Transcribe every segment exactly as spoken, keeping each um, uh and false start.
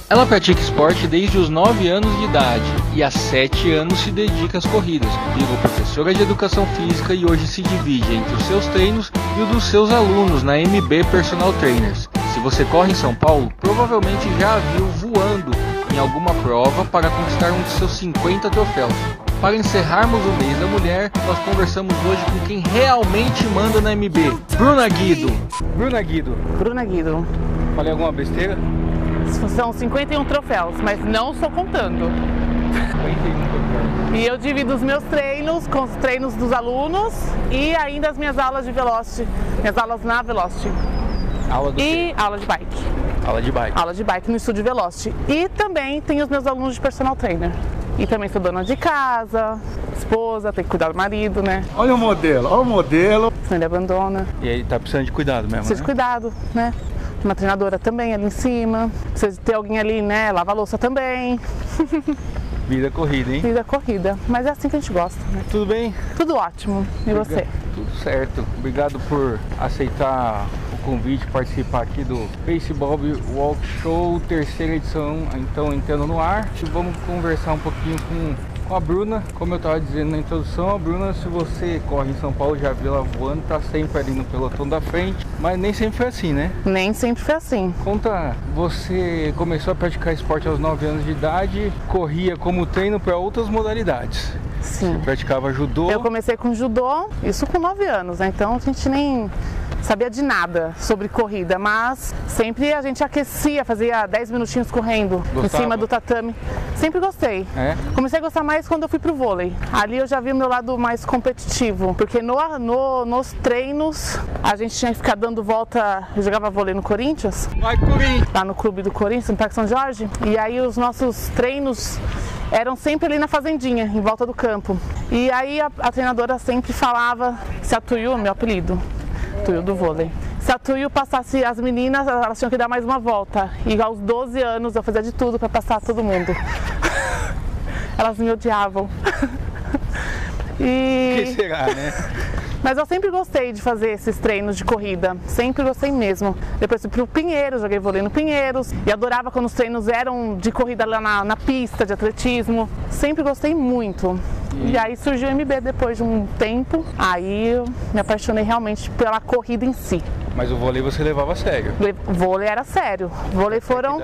Ela pratica esporte desde os nove anos de idade e há sete anos se dedica às corridas. Virou professora de educação física e hoje se divide entre os seus treinos e o dos seus alunos na M B Personal Trainers. Se você corre em São Paulo, provavelmente já a viu voando em alguma prova para conquistar um de seus cinquenta troféus. Para encerrarmos o mês da mulher, nós conversamos hoje com quem realmente manda na M B, Bruna Guido. Bruna Guido. Bruna Guido. Falei alguma besteira? São cinquenta e um troféus, mas não estou contando. cinquenta e um troféus. E eu divido os meus treinos com os treinos dos alunos e ainda as minhas aulas de Velocity, minhas aulas na Velocity. Aula do E quê? aula de bike. Aula de bike. Aula de bike no estúdio Velocity. E também tenho os meus alunos de personal trainer. E também sou dona de casa, esposa, tenho que cuidar do marido, né? Olha o modelo, olha o modelo. Senão ele abandona. E aí tá precisando de cuidado mesmo, Precisa de né? cuidado, né? Uma treinadora também ali em cima. Precisa ter alguém ali, né? Lava a louça também. Vida corrida, hein? Vida corrida. Mas é assim que a gente gosta, né? Tudo bem? Tudo ótimo. E você? Tudo certo. Obrigado por aceitar o convite, participar aqui do Baseball Walk Show, terceira edição, então entrando no ar. E vamos conversar um pouquinho com, com a Bruna. Como eu estava dizendo na introdução, a Bruna, se você corre em São Paulo, já viu ela voando, tá sempre ali no pelotão da frente, mas nem sempre foi assim, né? Nem sempre foi assim. Conta, você começou a praticar esporte aos nove anos de idade, corria como treino para outras modalidades. Sim. Você praticava judô. Eu comecei com judô, isso com nove anos, né? Então a gente nem sabia de nada sobre corrida, mas sempre a gente aquecia, fazia dez minutinhos correndo Gostava? em cima do tatame. Sempre gostei. É? Comecei a gostar mais quando eu fui pro vôlei. Ali eu já vi o meu lado mais competitivo, porque no, no, nos treinos a gente tinha que ficar dando volta. Eu jogava vôlei no Corinthians, Vai, Corinthians! lá no clube do Corinthians, no Parque São Jorge, e aí os nossos treinos eram sempre ali na fazendinha, em volta do campo. E aí a, a treinadora sempre falava, se a Tuiu, meu apelido, Tuiu do vôlei, se a Tuiu passasse as meninas, elas tinham que dar mais uma volta. E aos doze anos eu fazia de tudo para passar todo mundo. Elas me odiavam. E... que será, né? Mas eu sempre gostei de fazer esses treinos de corrida, sempre gostei mesmo. Depois fui pro Pinheiros, joguei vôlei no Pinheiros e adorava quando os treinos eram de corrida lá na, na pista, de atletismo. Sempre gostei muito. E... e aí surgiu o M B depois de um tempo, aí eu me apaixonei realmente pela corrida em si. Mas o vôlei você levava a sério? O vôlei era sério. O vôlei foram...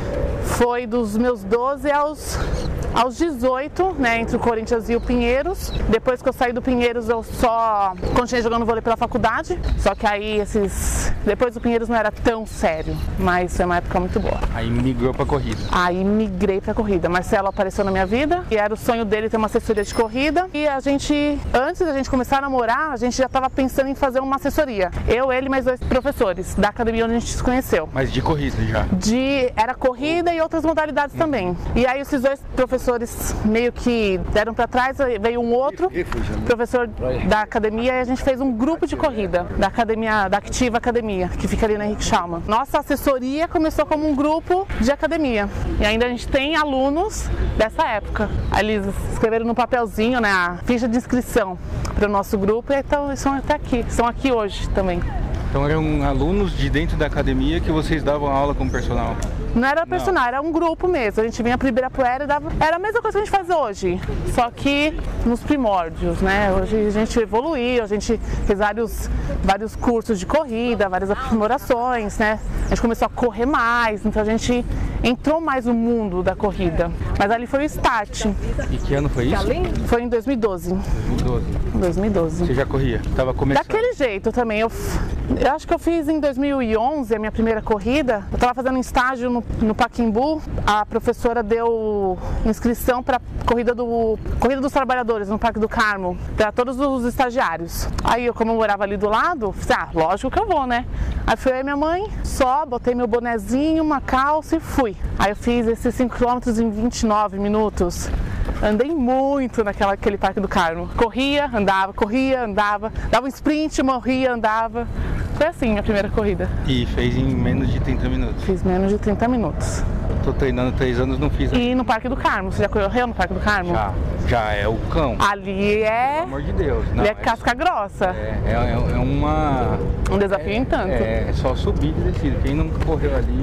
Foi dos meus doze aos... aos dezoito, né, entre o Corinthians e o Pinheiros. Depois que eu saí do Pinheiros, eu só continuei jogando vôlei pela faculdade. Só que aí esses... Depois do Pinheiros não era tão sério, mas foi uma época muito boa. Aí migrou pra corrida. Aí migrei pra corrida. Marcelo apareceu na minha vida e era o sonho dele ter uma assessoria de corrida. E a gente, antes da gente começar a namorar, a gente já estava pensando em fazer uma assessoria. Eu, ele e mais dois professores da academia onde a gente se conheceu. Mas de corrida já? De... Era corrida e outras modalidades também. E aí esses dois professores meio que deram para trás, veio um outro professor da academia e a gente fez um grupo de corrida da academia, da Activa Academia, que fica ali na Henrique Schaumann. Nossa assessoria começou como um grupo de academia e ainda a gente tem alunos dessa época. Aí eles escreveram no papelzinho, né, a ficha de inscrição para o nosso grupo e então estão até aqui, estão aqui hoje também. Então eram alunos de dentro da academia que vocês davam aula como personal? Não era personal, era um grupo mesmo. A gente vinha para Ibirapuera e dava... Era a mesma coisa que a gente faz hoje, só que nos primórdios, né? Hoje a gente evoluiu, a gente fez vários, vários cursos de corrida, várias aprimorações, né? A gente começou a correr mais, então a gente entrou mais no mundo da corrida. Mas ali foi o start. E que ano foi isso? Foi em dois mil e doze. dois mil e doze. dois mil e doze. Você já corria? Tava começando? Daquele jeito também. Eu, eu acho que eu fiz em dois mil e onze a minha primeira corrida. Eu estava fazendo um estágio no, no Pacaembu. A professora deu inscrição para corrida do corrida dos trabalhadores no Parque do Carmo para todos os estagiários. Aí eu, como eu morava ali do lado, fiz, ah, lógico que eu vou, né? Aí fui eu e minha mãe, só botei meu bonezinho, uma calça e fui. Aí eu fiz esses cinco quilômetros em vinte e nove minutos. Andei muito naquela, aquele Parque do Carmo. Corria, andava, corria, andava, dava um sprint, morria, andava. Foi assim a primeira corrida. E fez em menos de trinta minutos? Fiz menos de trinta minutos. Tô treinando três anos, não fiz. E no Parque do Carmo, você já correu no Parque do Carmo? Já, já é o cão. Ali é... Pelo amor de Deus. Não, ali é casca grossa. É, é, é uma... Um desafio é, em tanto. É, é só subir e descida. Quem nunca correu ali...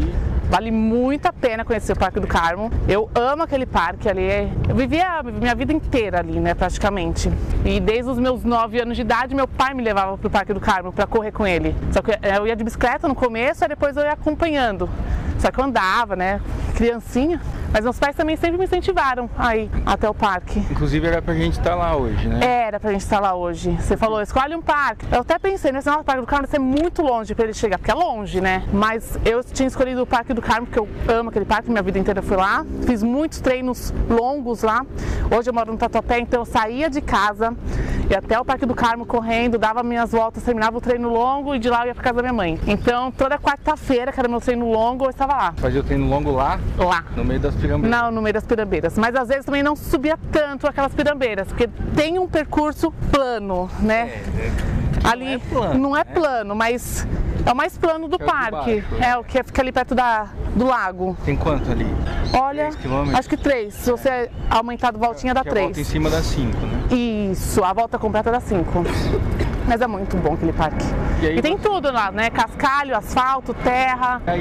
Vale muito a pena conhecer o Parque do Carmo. Eu amo aquele parque ali. Eu vivia a minha vida inteira ali, né, praticamente. E desde os meus nove anos de idade, meu pai me levava pro Parque do Carmo para correr com ele. Só que eu ia de bicicleta no começo, aí depois eu ia acompanhando. Só que eu andava, né, criancinha. Mas meus pais também sempre me incentivaram a ir até o parque. Inclusive era pra gente estar lá hoje, né? Era pra gente estar lá hoje. Você falou, escolhe um parque. Eu até pensei, nesse nosso Parque do Carmo vai ser muito longe pra ele chegar, porque é longe, né? Mas eu tinha escolhido o Parque do Carmo, porque eu amo aquele parque, minha vida inteira fui lá. Fiz muitos treinos longos lá. Hoje eu moro no Tatuapé, então eu saía de casa, ia até o Parque do Carmo correndo, dava minhas voltas, terminava o treino longo e de lá eu ia pra casa da minha mãe. Então toda quarta-feira, que era meu treino longo, eu estava lá. Fazia o treino longo lá? Lá. No meio das pirambeiras? Não, no meio das pirambeiras. Mas às vezes também não subia tanto aquelas pirambeiras, porque tem um percurso plano, né? É, é, ali não é plano, não é né? plano, mas é o mais plano do Que é o de parque. baixo, é o que fica ali perto da, do lago. Tem quanto ali? Olha, três quilômetros? acho que três. Se você aumentar do voltinha, dá Que a volta em três. cima dá cinco, né? Isso, a volta completa dá cinco. Mas é muito bom aquele parque. E aí E tem você- tudo lá, né? Cascalho, asfalto, terra. Aí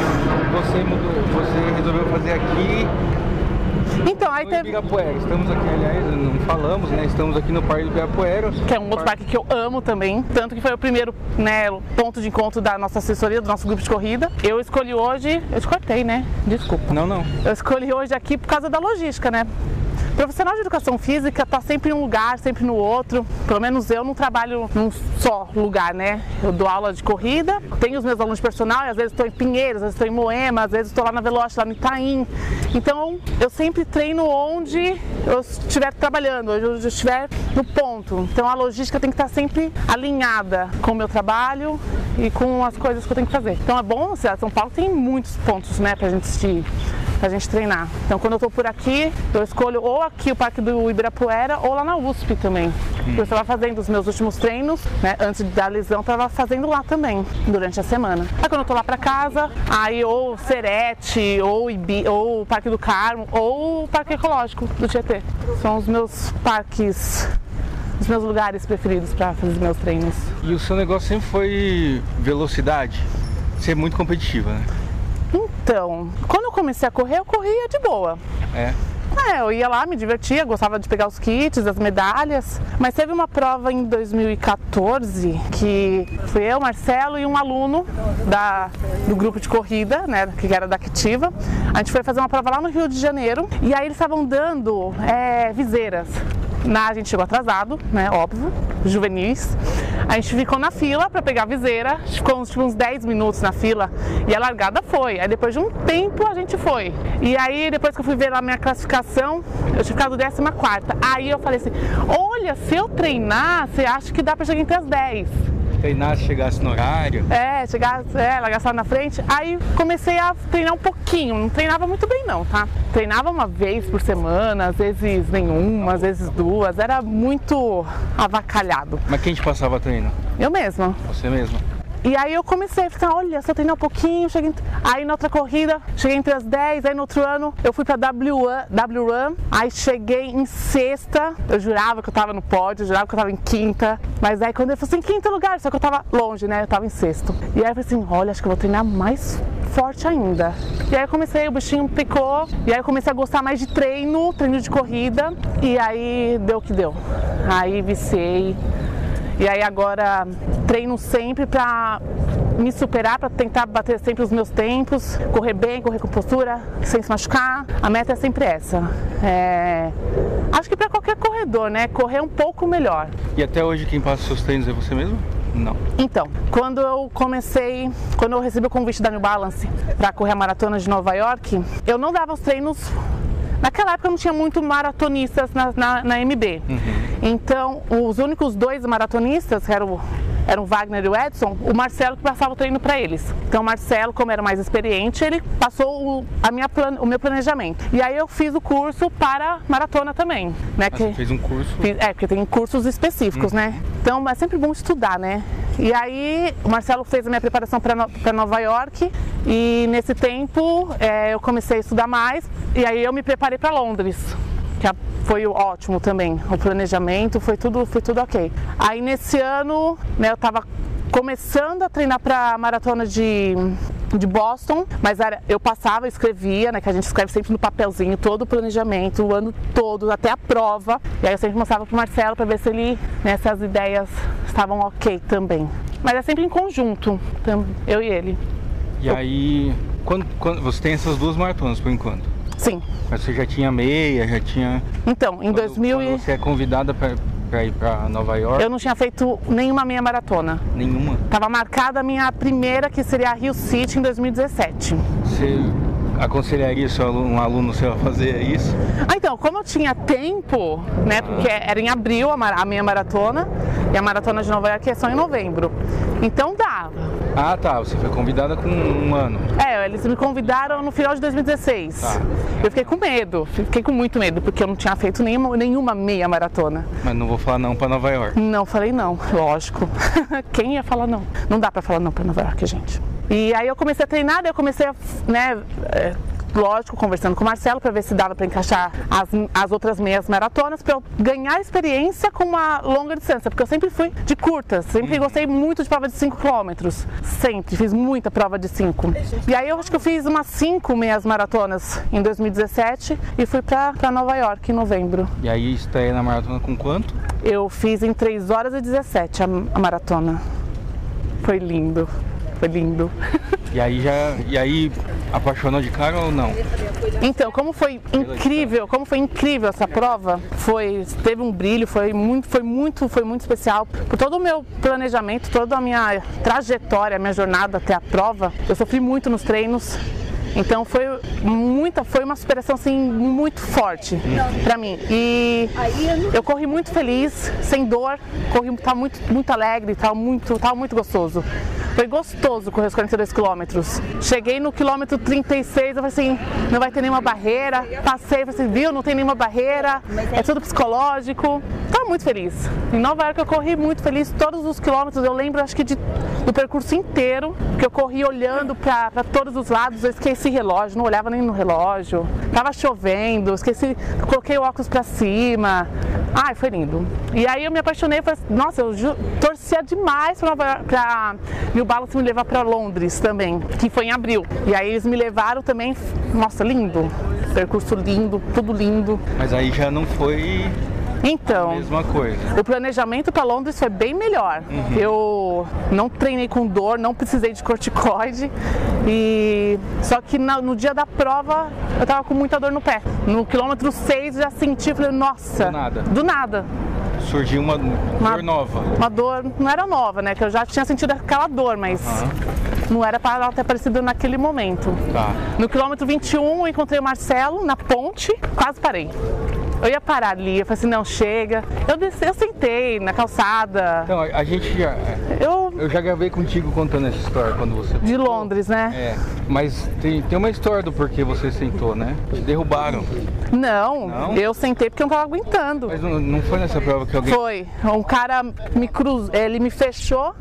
você mudou, você resolveu fazer aqui Então, aí no teve. Ibirapuera. Estamos aqui, aliás, não falamos, né? Estamos aqui no Parque do Ibirapuera. Que é um outro parque que eu amo também, tanto que foi o primeiro, né, ponto de encontro da nossa assessoria, do nosso grupo de corrida. Eu escolhi hoje, eu te cortei, né? Desculpa. Não, não. Eu escolhi hoje aqui por causa da logística, né? Profissional de educação física está sempre em um lugar, sempre no outro. Pelo menos eu não trabalho num só lugar, né? Eu dou aula de corrida, tenho os meus alunos de personal, e às vezes estou em Pinheiros, às vezes estou em Moema, às vezes estou lá na Veloce, lá no Itaim. Então, eu sempre treino onde eu estiver trabalhando, onde eu estiver no ponto. Então, a logística tem que estar sempre alinhada com o meu trabalho e com as coisas que eu tenho que fazer. Então, é bom, a cidade de São Paulo tem muitos pontos, né, pra gente assistir. Pra gente treinar. Então, quando eu tô por aqui, eu escolho ou aqui o Parque do Ibirapuera ou lá na U S P também. Eu estava fazendo os meus últimos treinos, né, antes da lesão, estava fazendo lá também, durante a semana. Aí quando eu tô lá pra casa, aí ou Serete, ou, Ibi, ou o Parque do Carmo, ou o Parque Ecológico do Tietê. São os meus parques, os meus lugares preferidos para fazer os meus treinos. E o seu negócio sempre foi velocidade? Você é muito competitiva, né? Então, quando eu comecei a correr, eu corria de boa. É. É, eu ia lá, me divertia, gostava de pegar os kits, as medalhas. Mas teve uma prova em dois mil e quatorze que fui eu, Marcelo e um aluno da, do grupo de corrida, né, que era da Activa. A gente foi fazer uma prova lá no Rio de Janeiro e aí eles estavam dando é, viseiras. Na, a gente chegou atrasado, né, óbvio, juvenis. A gente ficou na fila para pegar a viseira, ficou uns, tipo, uns dez minutos na fila e a largada foi. Aí depois de um tempo a gente foi. E aí depois que eu fui ver a minha classificação, eu tinha ficado décima quarta. Aí eu falei assim, olha, se eu treinar, você acha que dá para chegar entre as dez? Treinar, se chegasse no horário. É, chegar, é, largar só na frente. Aí comecei a treinar um pouquinho, não treinava muito bem não, tá? Treinava uma vez por semana, às vezes nenhuma, às vezes duas, era muito avacalhado. Mas quem te passava treino? Eu mesma. Você mesma? E aí eu comecei a ficar, olha, se eu treinar um pouquinho, cheguei... aí na outra corrida, cheguei entre as dez, aí no outro ano eu fui pra W Run, aí cheguei em sexta, eu jurava que eu tava no pódio, eu jurava que eu tava em quinta, mas aí quando eu falei assim, em quinto lugar, só que eu tava longe, né, eu tava em sexto. E aí eu falei assim, olha, acho que eu vou treinar mais forte ainda. E aí eu comecei, o bichinho picou, e aí eu comecei a gostar mais de treino, treino de corrida, e aí deu o que deu. Aí viciei. E aí agora treino sempre para me superar, para tentar bater sempre os meus tempos, correr bem, correr com postura, sem se machucar. A meta é sempre essa. É... Acho que para qualquer corredor, né? Correr um pouco melhor. E até hoje quem passa os seus treinos é você mesmo? Não. Então, quando eu comecei, quando eu recebi o convite da New Balance para correr a maratona de Nova York, eu não dava os treinos. Naquela época não tinha muito maratonistas na, na, na M B. Uhum. Então, os únicos dois maratonistas, que eram, eram o Wagner e o Edson, o Marcelo que passava o treino para eles. Então, o Marcelo, como era mais experiente, ele passou o, a minha plan, o meu planejamento. E aí eu fiz o curso para maratona também. Né, ah, que, você fez um curso? Fiz, é, porque tem cursos específicos, uhum. né? Então, é sempre bom estudar, né? E aí, o Marcelo fez a minha preparação para no, para Nova York e nesse tempo é, eu comecei a estudar mais e aí eu me preparei para Londres, que foi ótimo também, o planejamento foi tudo, foi tudo ok. Aí nesse ano, né, eu estava começando a treinar para a maratona de de Boston, mas era, eu passava, escrevia, né, que a gente escreve sempre no papelzinho, todo o planejamento, o ano todo, até a prova, e aí eu sempre mostrava pro Marcelo para ver se ele, né, se as ideias estavam ok também. Mas é sempre em conjunto, eu e ele. E aí, quando, quando você tem essas duas maratonas por enquanto? Sim. Mas você já tinha meia, já tinha... Então, em quando, dois mil quando e... você é convidada para ir para Nova York? Eu não tinha feito nenhuma meia maratona. Nenhuma? Tava marcada a minha primeira, que seria a Rio City, em dois mil e dezessete. Você aconselharia seu aluno, um aluno seu a fazer isso? Ah, então, como eu tinha tempo, né, porque era em abril a, mar a minha maratona, e a maratona de Nova York é só em novembro, então dava. Ah, tá, você foi convidada com um ano. É, eles me convidaram no final de dois mil e dezesseis. Tá. Eu fiquei com medo, fiquei com muito medo, porque eu não tinha feito nenhuma, nenhuma meia maratona. Mas não vou falar não para Nova York. Não, falei não, lógico. Quem ia falar não? Não dá pra falar não pra Nova York, gente. E aí eu comecei a treinar, daí eu comecei a, né, é, lógico, conversando com o Marcelo para ver se dava para encaixar as, as outras meias maratonas para eu ganhar experiência com uma longa distância, porque eu sempre fui de curtas, sempre gostei muito de prova de cinco quilômetros, sempre, fiz muita prova de cinco. E aí eu acho que eu fiz umas cinco meias maratonas em dois mil e dezessete e fui para Nova York em novembro. E aí estreia na maratona com quanto? Eu fiz em três horas e dezessete a, a maratona. Foi lindo. Foi lindo. E aí já, e aí apaixonou de cara ou não? Então, como foi incrível, como foi incrível essa prova, foi, teve um brilho, foi muito, foi muito, foi muito especial. Por todo o meu planejamento, toda a minha trajetória, a minha jornada até a prova, eu sofri muito nos treinos. Então foi muita, foi uma superação assim muito forte para mim. E eu corri muito feliz, sem dor, corri, tava muito, muito alegre, tava muito, tava muito gostoso. Foi gostoso correr os quarenta e dois quilômetros. Cheguei no quilômetro trinta e seis, eu falei assim, não vai ter nenhuma barreira. Passei, falei assim, viu, não tem nenhuma barreira, é tudo psicológico. Estava muito feliz. Em Nova York eu corri muito feliz, todos os quilômetros, eu lembro acho que de, do percurso inteiro, que eu corri olhando para todos os lados, eu esqueci relógio, não olhava nem no relógio. Tava chovendo, esqueci, coloquei o óculos para cima. Ai, foi lindo. E aí eu me apaixonei, falei, nossa, eu torcia demais para New Balance me levar para Londres também, que foi em abril. E aí eles me levaram também, nossa, lindo. Percurso lindo, tudo lindo. Mas aí já não foi... Então, a mesma coisa. O planejamento para Londres foi bem melhor. Uhum. Eu não treinei com dor, não precisei de corticoide. E só que no, no dia da prova eu tava com muita dor no pé. No quilômetro seis já senti, falei, nossa. Do nada. Do nada. Surgiu uma, uma dor nova. Uma dor, não era nova, né? Que eu já tinha sentido aquela dor, mas uhum. não era para ela ter aparecido naquele momento. Tá. No quilômetro vinte e um eu encontrei o Marcelo na ponte, quase parei. Eu ia parar ali, eu falei assim, não, chega. Eu desci, eu sentei na calçada. Então, a, a gente já... Eu, eu já gravei contigo contando essa história quando você... De Londres, né? É, mas tem, tem uma história do porquê você sentou, né? Te derrubaram. Não, não? eu sentei porque eu não tava aguentando. Mas não, não foi nessa prova que alguém... Foi, um cara me cruzou, ele me fechou.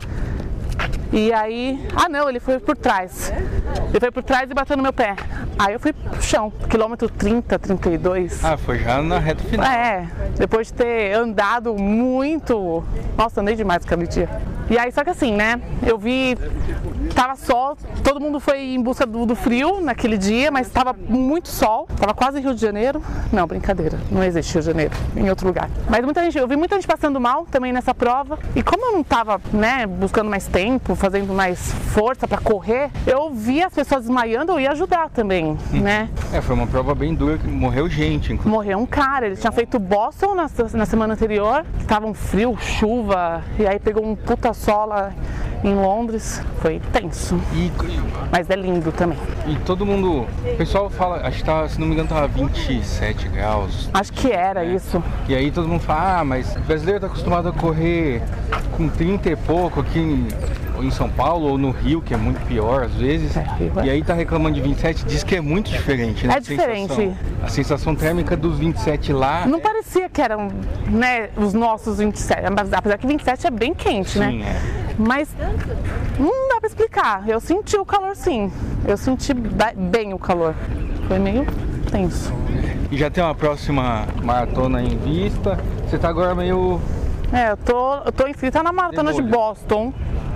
E aí, ah não, ele foi por trás. Ele foi por trás e bateu no meu pé. Aí eu fui pro chão, quilômetro trinta, trinta e dois. Ah, foi já na reta final. É, depois de ter andado muito. Nossa, andei demais aquele dia. E aí, só que assim, né, eu vi, tava sol, todo mundo foi em busca do, do frio naquele dia, mas tava muito sol, tava quase Rio de Janeiro. Não, brincadeira, não existe Rio de Janeiro, em outro lugar. Mas muita gente, eu vi muita gente passando mal também nessa prova. E como eu não tava, né, buscando mais tempo, fazendo mais força pra correr, eu vi as pessoas desmaiando, eu ia ajudar também, hum. né. É, foi uma prova bem dura, que morreu gente, inclusive. Morreu um cara, ele tinha feito Boston na, na semana anterior, tava um frio, chuva, e aí pegou um puta sol lá em Londres, foi tenso, e, mas é lindo também. E todo mundo, o pessoal fala, acho que tá, se não me engano tava vinte e sete graus. Acho que era né? isso. E aí todo mundo fala, ah, mas o brasileiro tá acostumado a correr com trinta e pouco aqui em, em São Paulo ou no Rio, que é muito pior às vezes. É, e aí tá reclamando de vinte e sete, diz que é muito diferente, né? É diferente. Sensação, a sensação térmica dos vinte e sete lá... Não é... parecia que eram, né, os nossos vinte e sete, apesar que vinte e sete é bem quente, sim, né? É. Mas não dá pra explicar, eu senti o calor sim, eu senti bem o calor, foi meio tenso. E já tem uma próxima maratona em vista, você tá agora meio... É, eu tô, eu tô inscrita na maratona de Boston,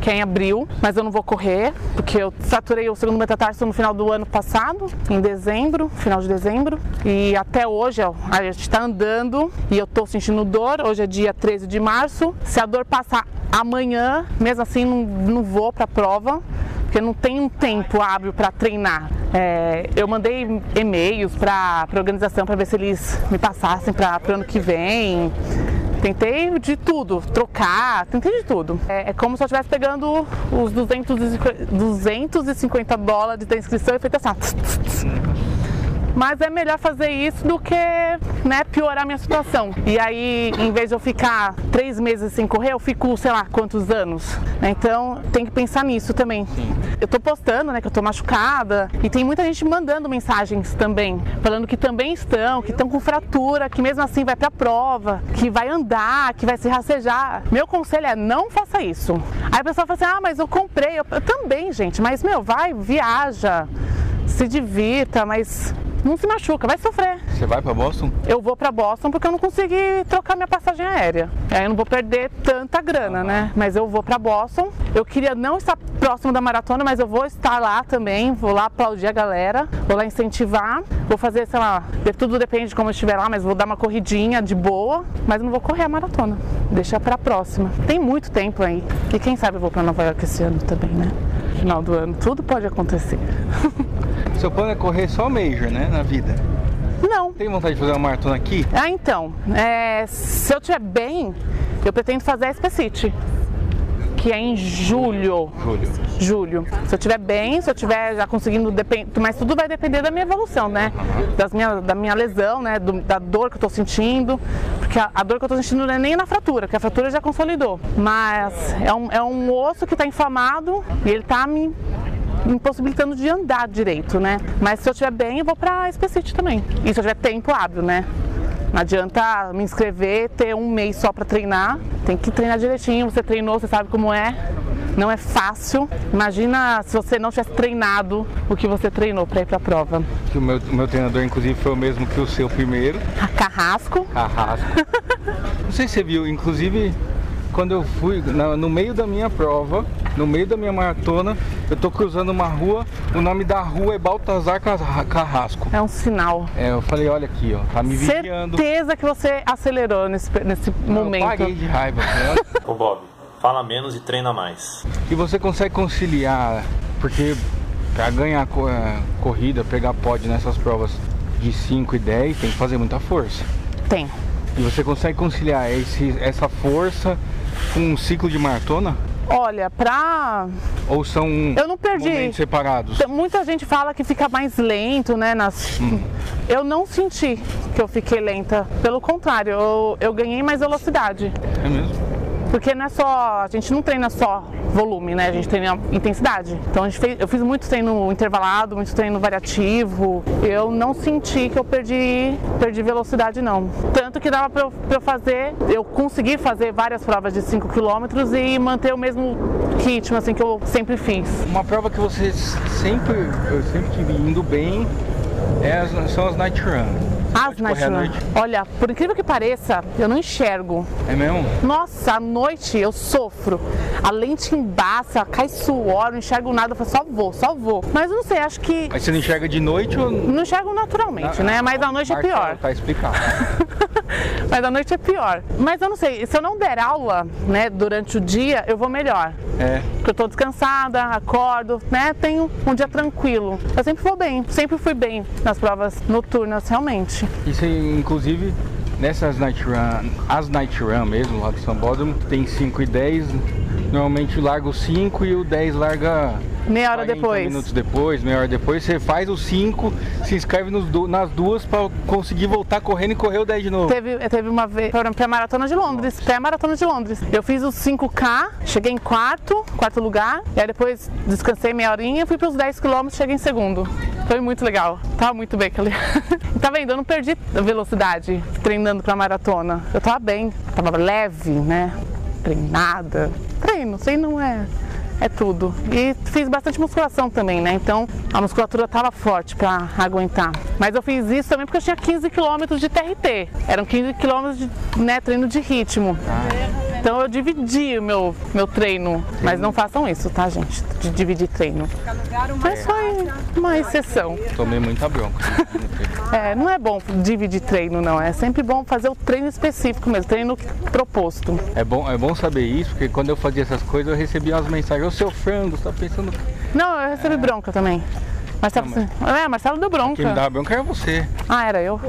que é em abril, mas eu não vou correr, porque eu fraturei o segundo metatarso no final do ano passado, em dezembro, final de dezembro, e até hoje, ó, a gente tá andando e eu tô sentindo dor. Hoje é dia treze de março, se a dor passar amanhã, mesmo assim não, não vou pra prova, porque não tem um tempo hábil para treinar. É, eu mandei e-mails para a organização para ver se eles me passassem para o ano que vem. Tentei de tudo, trocar, tentei de tudo. É, é como se eu estivesse pegando os duzentos e cinquenta dólares da inscrição e feito assim. Mas é melhor fazer isso do que, né, piorar a minha situação. E aí, em vez de eu ficar três meses sem correr, eu fico, sei lá, quantos anos. Então, tem que pensar nisso também. Sim. Eu tô postando, né, que eu tô machucada. E tem muita gente mandando mensagens também, falando que também estão, que estão com fratura, que mesmo assim vai pra prova, que vai andar, que vai se rastejar. Meu conselho é, não faça isso. Aí a pessoa fala assim, ah, mas eu comprei. Eu, eu também, gente, mas, meu, vai, viaja, se divirta, mas... não se machuca, vai sofrer. Você vai pra Boston? Eu vou pra Boston porque eu não consegui trocar minha passagem aérea. Aí eu não vou perder tanta grana, ah, né? Mas eu vou pra Boston. Eu queria não estar próximo da maratona, mas eu vou estar lá também. Vou lá aplaudir a galera, vou lá incentivar. Vou fazer, sei lá, tudo depende de como eu estiver lá, mas vou dar uma corridinha de boa. Mas não vou correr a maratona. Deixa pra próxima. Tem muito tempo aí. E quem sabe eu vou pra Nova York esse ano também, né? Final do ano, tudo pode acontecer. Seu plano é correr só Major, né, na vida? Não. Tem vontade de fazer uma maratona aqui? Ah, então, é, se eu estiver bem, eu pretendo fazer a Spacity, que é em julho. Julho. Julho. Se eu estiver bem, se eu estiver já conseguindo, depend... mas tudo vai depender da minha evolução, né? Uhum. Das minha, da minha lesão, né? Do, da dor que eu tô sentindo. Porque a, a dor que eu tô sentindo não é nem na fratura, porque a fratura já consolidou. Mas é um, é um osso que tá inflamado e ele tá me impossibilitando de andar direito, né? Mas se eu estiver bem, eu vou pra Spacity também. E se eu tiver tempo hábil, né? Não adianta me inscrever, ter um mês só pra treinar. Tem que treinar direitinho. Você treinou, você sabe como é. Não é fácil. Imagina se você não tivesse treinado o que você treinou para ir para a prova. O meu, o meu treinador, inclusive, foi o mesmo que o seu primeiro. Carrasco. Carrasco. Não sei se você viu, inclusive, quando eu fui, no, no meio da minha prova, no meio da minha maratona, eu tô cruzando uma rua, o nome da rua é Baltazar Carrasco. É um sinal. É, eu falei, olha aqui, ó, tá me vigiando. Certeza que você acelerou nesse, nesse momento. Eu paguei de raiva. Ô Bob, fala menos e treina mais. E você consegue conciliar, porque para ganhar a corrida, pegar pódio nessas provas de cinco e dez, tem que fazer muita força. Tem. E você consegue conciliar esse, essa força com um ciclo de maratona? Olha, pra... Ou são eu não perdi. momentos separados? Muita gente fala que fica mais lento, né? Nas... Hum. Eu não senti que eu fiquei lenta. Pelo contrário, eu, eu ganhei mais velocidade. É mesmo? Porque não é só, a gente não treina só volume, né? A gente treina intensidade. Então a gente fez, eu fiz muito treino intervalado, muito treino variativo. Eu não senti que eu perdi, perdi velocidade, não. Tanto que dava pra eu, pra eu fazer, eu consegui fazer várias provas de cinco quilômetros e manter o mesmo ritmo, assim, que eu sempre fiz. Uma prova que você sempre, eu sempre tive indo bem, é as, são as Night Run. As night run. Olha, por incrível que pareça, eu não enxergo. É mesmo? Nossa, à noite eu sofro. A lente embaça, cai suor, não enxergo nada. Eu falo, só vou, só vou. Mas eu não sei, acho que... Mas você não enxerga de noite ou... Não enxergo naturalmente, ah, né? Mas à noite é pior. Tá explicado. Mas à noite é pior. Mas eu não sei, se eu não der aula, né, durante o dia, eu vou melhor. É. Porque eu tô descansada, acordo, né? Tenho um dia tranquilo. Eu sempre vou bem, sempre fui bem nas provas noturnas, realmente. Isso, inclusive, nessas night run, as night run mesmo, lá do Sambódromo, tem cinco e dez, normalmente larga o cinco e o dez larga... Meia hora depois. minutos depois, meia hora depois, você faz o cinco, se inscreve nos du nas duas para conseguir voltar correndo e correr o dez de novo. Teve, teve uma vez, para a Maratona de Londres, pré-Maratona de Londres. Eu fiz os cinco K, cheguei em quarto, quarto lugar, e aí depois descansei meia horinha, fui para os dez quilômetros, cheguei em segundo. Foi muito legal, tava muito bem aquele. Tá vendo? Eu não perdi a velocidade treinando para maratona. Eu tava bem, tava leve, né? Treinada. Treino, sei não é. É tudo. E fiz bastante musculação também, né? Então a musculatura estava forte para aguentar. Mas eu fiz isso também porque eu tinha quinze quilômetros de T R T. Eram quinze quilômetros de, né, treino de ritmo. Ah. Então eu dividi o meu, meu treino, mas não façam isso, tá, gente? De dividir treino. Mas foi uma exceção. Tomei muita bronca. É, não é bom dividir treino, não. É sempre bom fazer o treino específico mesmo, treino proposto. É bom, é bom saber isso, porque quando eu fazia essas coisas eu recebia umas mensagens: ô seu frango, você tá pensando... Não, eu recebi é. bronca também. Marcelo, não, mas... É, Marcelo deu bronca. Quem me dava bronca era você. Ah, era eu.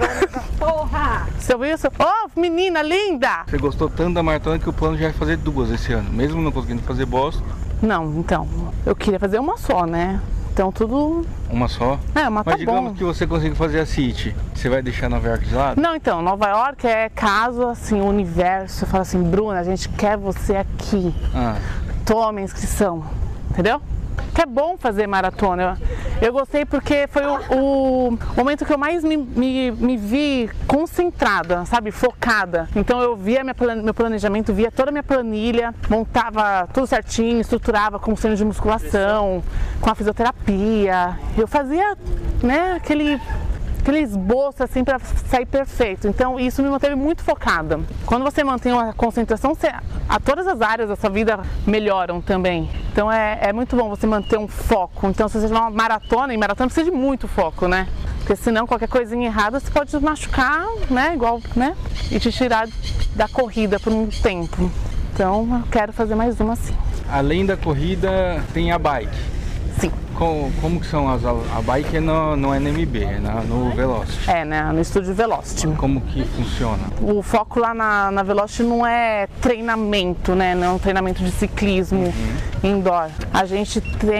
Porra! Você ouviu isso? Ô, oh, menina linda! Você gostou tanto da maratona que o plano já é fazer duas esse ano, mesmo não conseguindo fazer Boston. Não, então, eu queria fazer uma só, né? Então tudo... Uma só? É, uma tá Mas digamos bom. que você consiga fazer a City, você vai deixar Nova York de lado? Não, então, Nova York é caso, assim, o universo fala assim: Bruna, a gente quer você aqui. Ah. Toma a inscrição, entendeu? Que é bom fazer maratona. Eu, eu gostei porque foi o, o momento que eu mais me, me, me vi concentrada, sabe, focada. Então eu via minha, meu planejamento, via toda a minha planilha, montava tudo certinho, estruturava com treino de musculação, com a fisioterapia. Eu fazia, né, aquele... aquele esboço assim para sair perfeito. Então isso me manteve muito focada. Quando você mantém uma concentração, você, a todas as áreas da sua vida melhoram também. Então é, é muito bom você manter um foco. Então se você tiver uma maratona, e maratona precisa de muito foco, né? Porque senão qualquer coisinha errada você pode machucar, né? Igual, né? E te tirar da corrida por um tempo. Então eu quero fazer mais uma assim. Além da corrida, tem a bike. Sim. Como, como que são as... A bike é no, no N M B, é na, no Velocity. É, né? No estúdio Velocity. Como que funciona? O foco lá na, na Velocity não é treinamento, né? Não é um treinamento de ciclismo uhum. indoor. A gente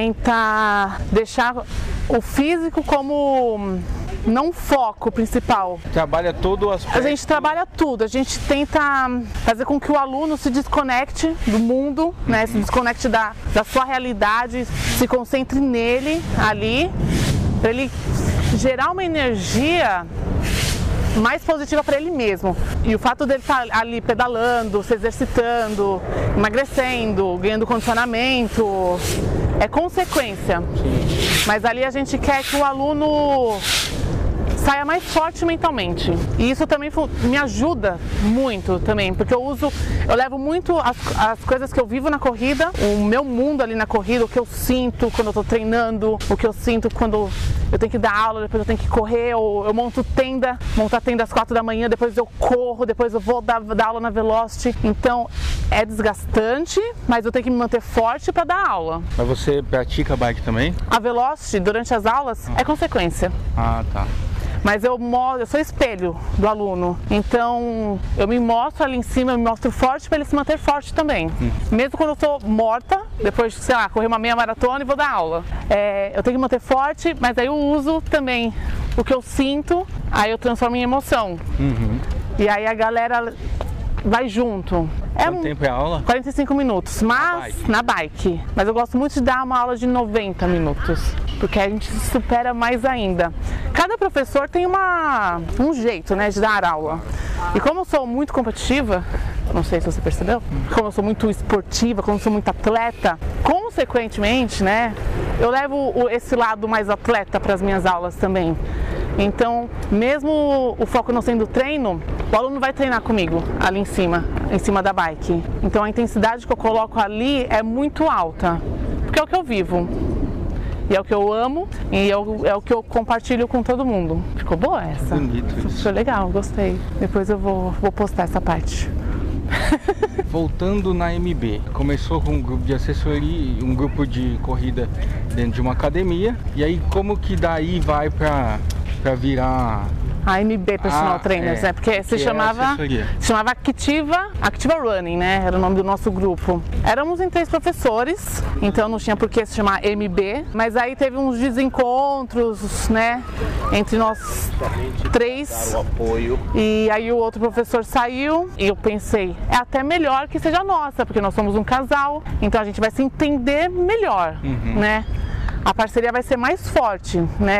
tenta deixar o físico como... não foco principal. Trabalha todo o aspecto. A gente trabalha tudo, a gente tenta fazer com que o aluno se desconecte do mundo, uhum. né? Se desconecte da, da sua realidade, se concentre nele, ali, para ele gerar uma energia mais positiva para ele mesmo. E o fato dele estar ali pedalando, se exercitando, emagrecendo, ganhando condicionamento, é consequência. Sim. Mas ali a gente quer que o aluno saia mais forte mentalmente. E isso também me ajuda muito também, porque eu uso, eu levo muito as, as coisas que eu vivo na corrida, o meu mundo ali na corrida, o que eu sinto quando eu tô treinando, o que eu sinto quando eu tenho que dar aula, depois eu tenho que correr, ou eu monto tenda, montar tenda às quatro da manhã, depois eu corro, depois eu vou dar, dar aula na Velocity. Então é desgastante, mas eu tenho que me manter forte para dar aula. Mas você pratica bike também? A Velocity, durante as aulas, ah. é consequência. Ah, tá. Mas eu, eu sou espelho do aluno, então eu me mostro ali em cima, eu me mostro forte para ele se manter forte também. Hum. Mesmo quando eu estou morta, depois de, sei lá, correr uma meia maratona e vou dar aula. É, eu tenho que me manter forte, mas aí eu uso também o que eu sinto, aí eu transformo em emoção. Uhum. E aí a galera vai junto. Quanto é, tempo é a aula? quarenta e cinco minutos, mas na bike. na bike. Mas eu gosto muito de dar uma aula de noventa minutos, porque a gente se supera mais ainda. Cada professor tem uma, um jeito, né, de dar aula. E como eu sou muito competitiva, não sei se você percebeu, como eu sou muito esportiva, como eu sou muito atleta, consequentemente, né, eu levo esse lado mais atleta para as minhas aulas também. Então, mesmo o foco não sendo treino, o aluno vai treinar comigo ali em cima, em cima da bike. Então a intensidade que eu coloco ali é muito alta, porque é o que eu vivo. E é o que eu amo e é o, é o que eu compartilho com todo mundo. Ficou boa essa? Bonito isso. Ficou legal, gostei. Depois eu vou, vou postar essa parte. Voltando na M B, começou com um grupo de assessoria, um grupo de corrida dentro de uma academia. E aí como que daí vai pra, pra virar... A M B Personal ah, Trainers, é, né? Porque se chamava, se chamava Activa, Activa Running, né? Era o nome do nosso grupo. Éramos em três professores, então não tinha por que se chamar M B. Mas aí teve uns desencontros, né? Entre nós três. E aí o outro professor saiu e eu pensei, é até melhor que seja nossa, porque nós somos um casal, então a gente vai se entender melhor, uhum. né? A parceria vai ser mais forte, né?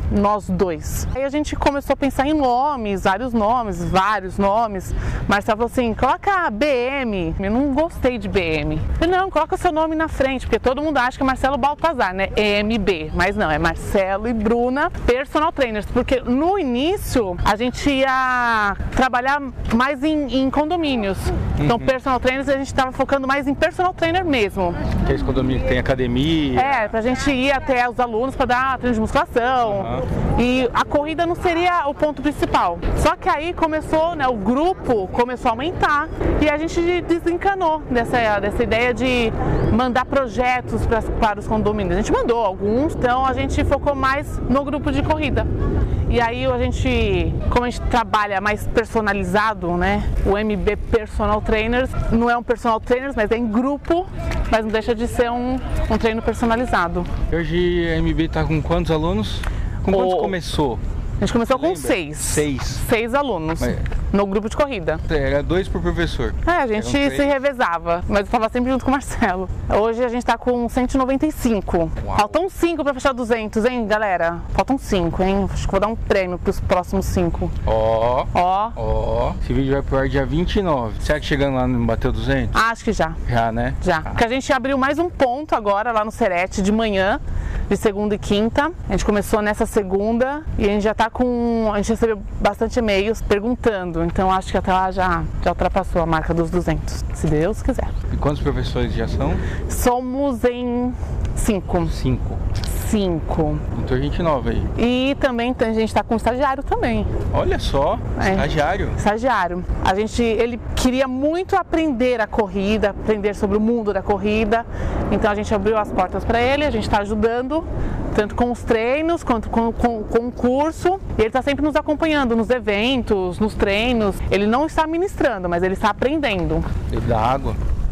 nós dois. Aí a gente começou a pensar em nomes, vários nomes, vários nomes. Marcelo falou assim, coloca B M. Eu não gostei de B M. Eu falei, não, coloca o seu nome na frente, porque todo mundo acha que é Marcelo Baltazar, né? M B. Mas não, é Marcelo e Bruna, personal trainers. Porque no início a gente ia trabalhar mais em, em condomínios. Então, uhum. personal trainers, a gente estava focando mais em personal trainer mesmo. Que é esse condomínio que tem academia. É, pra gente ir até os alunos para dar treino de musculação. Uhum. E a corrida não seria o ponto principal. Só que aí começou, né, o grupo começou a aumentar e a gente desencanou dessa, dessa ideia de mandar projetos pra, para os condomínios. A gente mandou alguns, então a gente focou mais no grupo de corrida. E aí a gente, como a gente trabalha mais personalizado, né? O M B Personal Trainers não é um personal trainers, mas é em grupo, mas não deixa de ser um, um treino personalizado. Hoje a M B está com quantos alunos? Com quantos o... começou? A gente começou com Lembra? seis. Seis. Seis alunos. Mas... no grupo de corrida. Era dois por professor. É, a gente se revezava, mas eu estava sempre junto com o Marcelo. Hoje a gente está com cento e noventa e cinco. Uau. Faltam cinco para fechar duzentos, hein, galera? Faltam cinco, hein? Acho que vou dar um prêmio para os próximos cinco. Ó. Ó. Ó. Esse vídeo vai pro ar dia vinte e nove. Será que chegando lá não bateu duzentos? Acho que já. Já, né? Já. Ah. Porque a gente abriu mais um ponto agora lá no Serete de manhã, de segunda e quinta. A gente começou nessa segunda e a gente já tá com... a gente recebeu bastante e-mails perguntando, então acho que até lá já, já ultrapassou a marca dos duzentos, se Deus quiser. E quantos professores já são? Somos em cinco. Cinco. Cinco. Muita gente nova aí. E também a gente tá com estagiário também. Olha só, é. estagiário. Estagiário. A gente, ele queria muito aprender a corrida, aprender sobre o mundo da corrida. Então a gente abriu as portas para ele, a gente está ajudando, tanto com os treinos, quanto com, com, com o curso. E ele está sempre nos acompanhando nos eventos, nos treinos. Ele não está ministrando, mas ele está aprendendo. Ele dá água?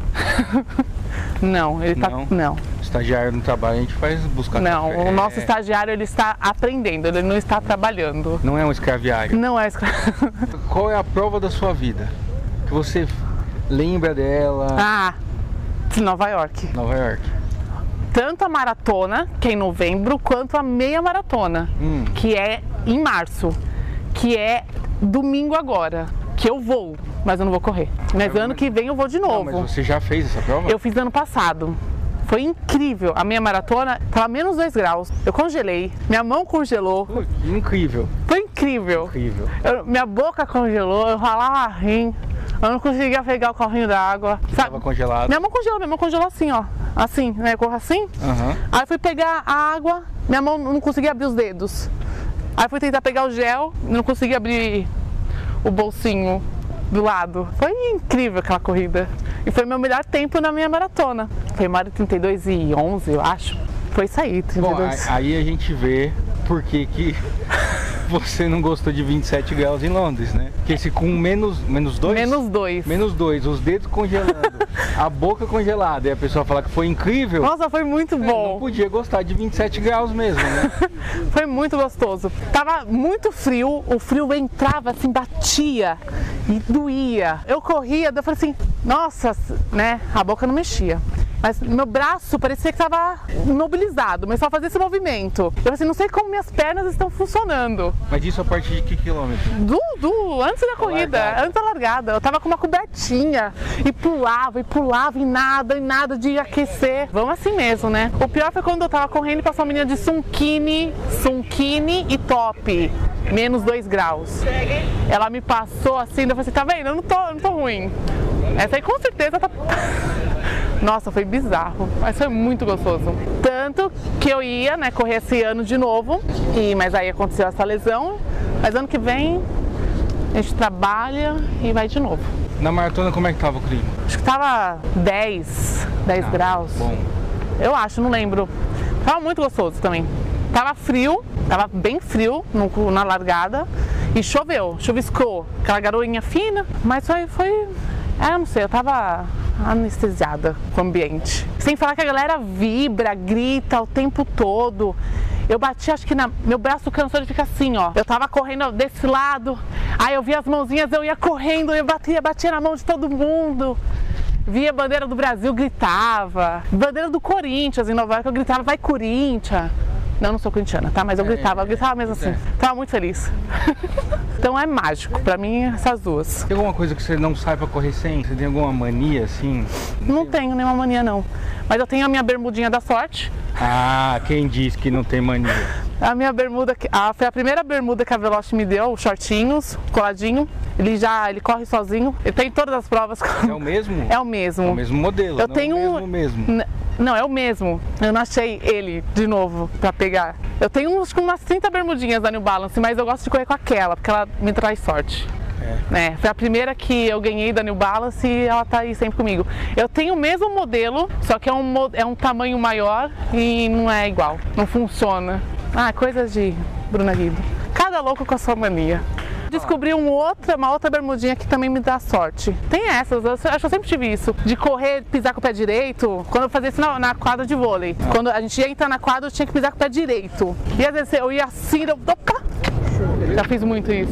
Não, ele está... Não. não. Estagiário no trabalho, a gente faz buscar Não, café. o nosso estagiário, ele está aprendendo, ele não está trabalhando. Não é um escraviário? Não é escraviário. Qual é a prova da sua vida? Que você lembra dela? Ah, Nova York. Nova York. Tanto a maratona, que é em novembro, quanto a meia maratona, hum. que é em março, que é domingo agora, que eu vou, mas eu não vou correr. Mas é, ano mas... que vem eu vou de novo. Não, mas você já fez essa prova? Eu fiz ano passado. Foi incrível. A minha maratona estava menos dois graus. Eu congelei. Minha mão congelou. Pô, incrível. Foi incrível. Incrível. Eu, minha boca congelou, eu ralava rim. Eu não conseguia pegar o carrinho da água. Estava congelado. Minha mão congelou, minha mão congelou assim, ó. Assim, né? Eu corro assim. Uhum. Aí fui pegar a água, minha mão não conseguia abrir os dedos. Aí fui tentar pegar o gel, não conseguia abrir o bolsinho do lado. Foi incrível aquela corrida. E foi meu melhor tempo na minha maratona. Foi uma hora trinta e dois e onze, eu acho. Foi isso aí, trinta e dois. Bom, aí a gente vê por que que você não gostou de vinte e sete graus em Londres, né? Porque esse com menos, menos dois? Menos dois. Menos dois, os dedos congelando, a boca congelada. E a pessoa fala que foi incrível. Nossa, foi muito bom. É, não podia gostar de vinte e sete graus mesmo, né? Foi muito gostoso. Tava muito frio, o frio entrava assim, batia e doía. Eu corria, eu falei assim, nossa, né? A boca não mexia. Mas meu braço parecia que estava imobilizado, mas só fazia esse movimento. Eu assim, não sei como minhas pernas estão funcionando. Mas isso a partir de que quilômetro? Do, do, antes da corrida, largada. antes da largada. Eu tava com uma cobertinha e pulava, e pulava, e nada, e nada de aquecer. Vamos assim mesmo, né? O pior foi quando eu tava correndo e passou uma menina de sunkini, sunkini e top. Menos dois graus. Ela me passou assim, eu falei assim, tá vendo? Eu não tô, não tô ruim. Essa aí com certeza tá... Nossa, foi bizarro, mas foi muito gostoso. Tanto que eu ia, né, correr esse ano de novo, e, mas aí aconteceu essa lesão. Mas ano que vem a gente trabalha e vai de novo. Na maratona como é que tava o clima? Acho que tava dez, dez ah, graus. Bom. Eu acho, não lembro. Tava muito gostoso também. Tava frio, tava bem frio no, na largada e choveu, chuviscou. Aquela garoinha fina, mas foi... foi... É, eu não sei, eu tava anestesiada com o ambiente. Sem falar que a galera vibra, grita o tempo todo. Eu bati, acho que na... meu braço cansou de ficar assim, ó. Eu tava correndo desse lado, aí eu via as mãozinhas, eu ia correndo, eu batia, batia na mão de todo mundo. Via a bandeira do Brasil, gritava. Bandeira do Corinthians em Nova York, eu gritava, vai Corinthians. Não, não sou corintiana, tá? Mas eu gritava, eu gritava mesmo assim. Tava muito feliz. Então é mágico, pra mim, essas duas. Tem alguma coisa que você não sai pra correr sem? Você tem alguma mania assim? Não, não tenho nenhuma mania, não. Mas eu tenho a minha bermudinha da sorte. Ah, quem diz que não tem mania? A minha bermuda, a, foi a primeira bermuda que a Veloci me deu, os shortinhos, coladinho. Ele já, ele corre sozinho. Ele tem todas as provas. É o mesmo? É o mesmo. É o mesmo modelo, eu não tenho é o mesmo mesmo. Não, é o mesmo. Eu não achei ele de novo pra pegar. Eu tenho uns, umas trinta bermudinhas da New Balance, mas eu gosto de correr com aquela, porque ela me traz sorte. É. É, foi a primeira que eu ganhei da New Balance e ela tá aí sempre comigo. Eu tenho o mesmo modelo, só que é um, é um tamanho maior e não é igual, não funciona. Ah, coisas de Bruna Guido. Cada louco com a sua mania. Descobri um outra, uma outra bermudinha que também me dá sorte. Tem essas, eu acho que eu sempre tive isso. De correr, pisar com o pé direito. Quando eu fazia isso na, na quadra de vôlei. Ah. Quando a gente ia entrar na quadra, eu tinha que pisar com o pé direito. E às vezes eu ia assim, eu... Opa! Já fiz muito isso.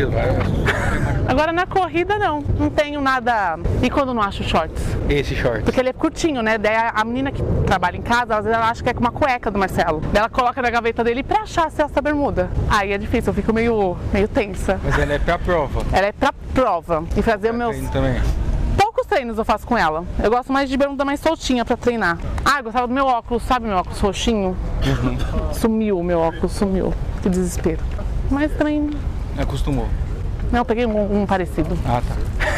Agora na corrida não, não tenho nada. E quando não acho shorts? Esse short? Porque ele é curtinho, né? Daí a menina que trabalha em casa, às vezes ela acha que é com uma cueca do Marcelo. Daí ela coloca na gaveta dele pra achar se é essa bermuda. Aí é difícil, eu fico meio, meio tensa. Mas ela é pra prova? Ela é pra prova. E fazer os meus... também. Poucos treinos eu faço com ela. Eu gosto mais de bermuda mais soltinha pra treinar. Ah, eu gostava do meu óculos, sabe meu óculos roxinho? Uhum. Sumiu o meu óculos, sumiu. Que desespero. Mas também... Acostumou? Não, eu peguei um, um parecido. Ah, tá.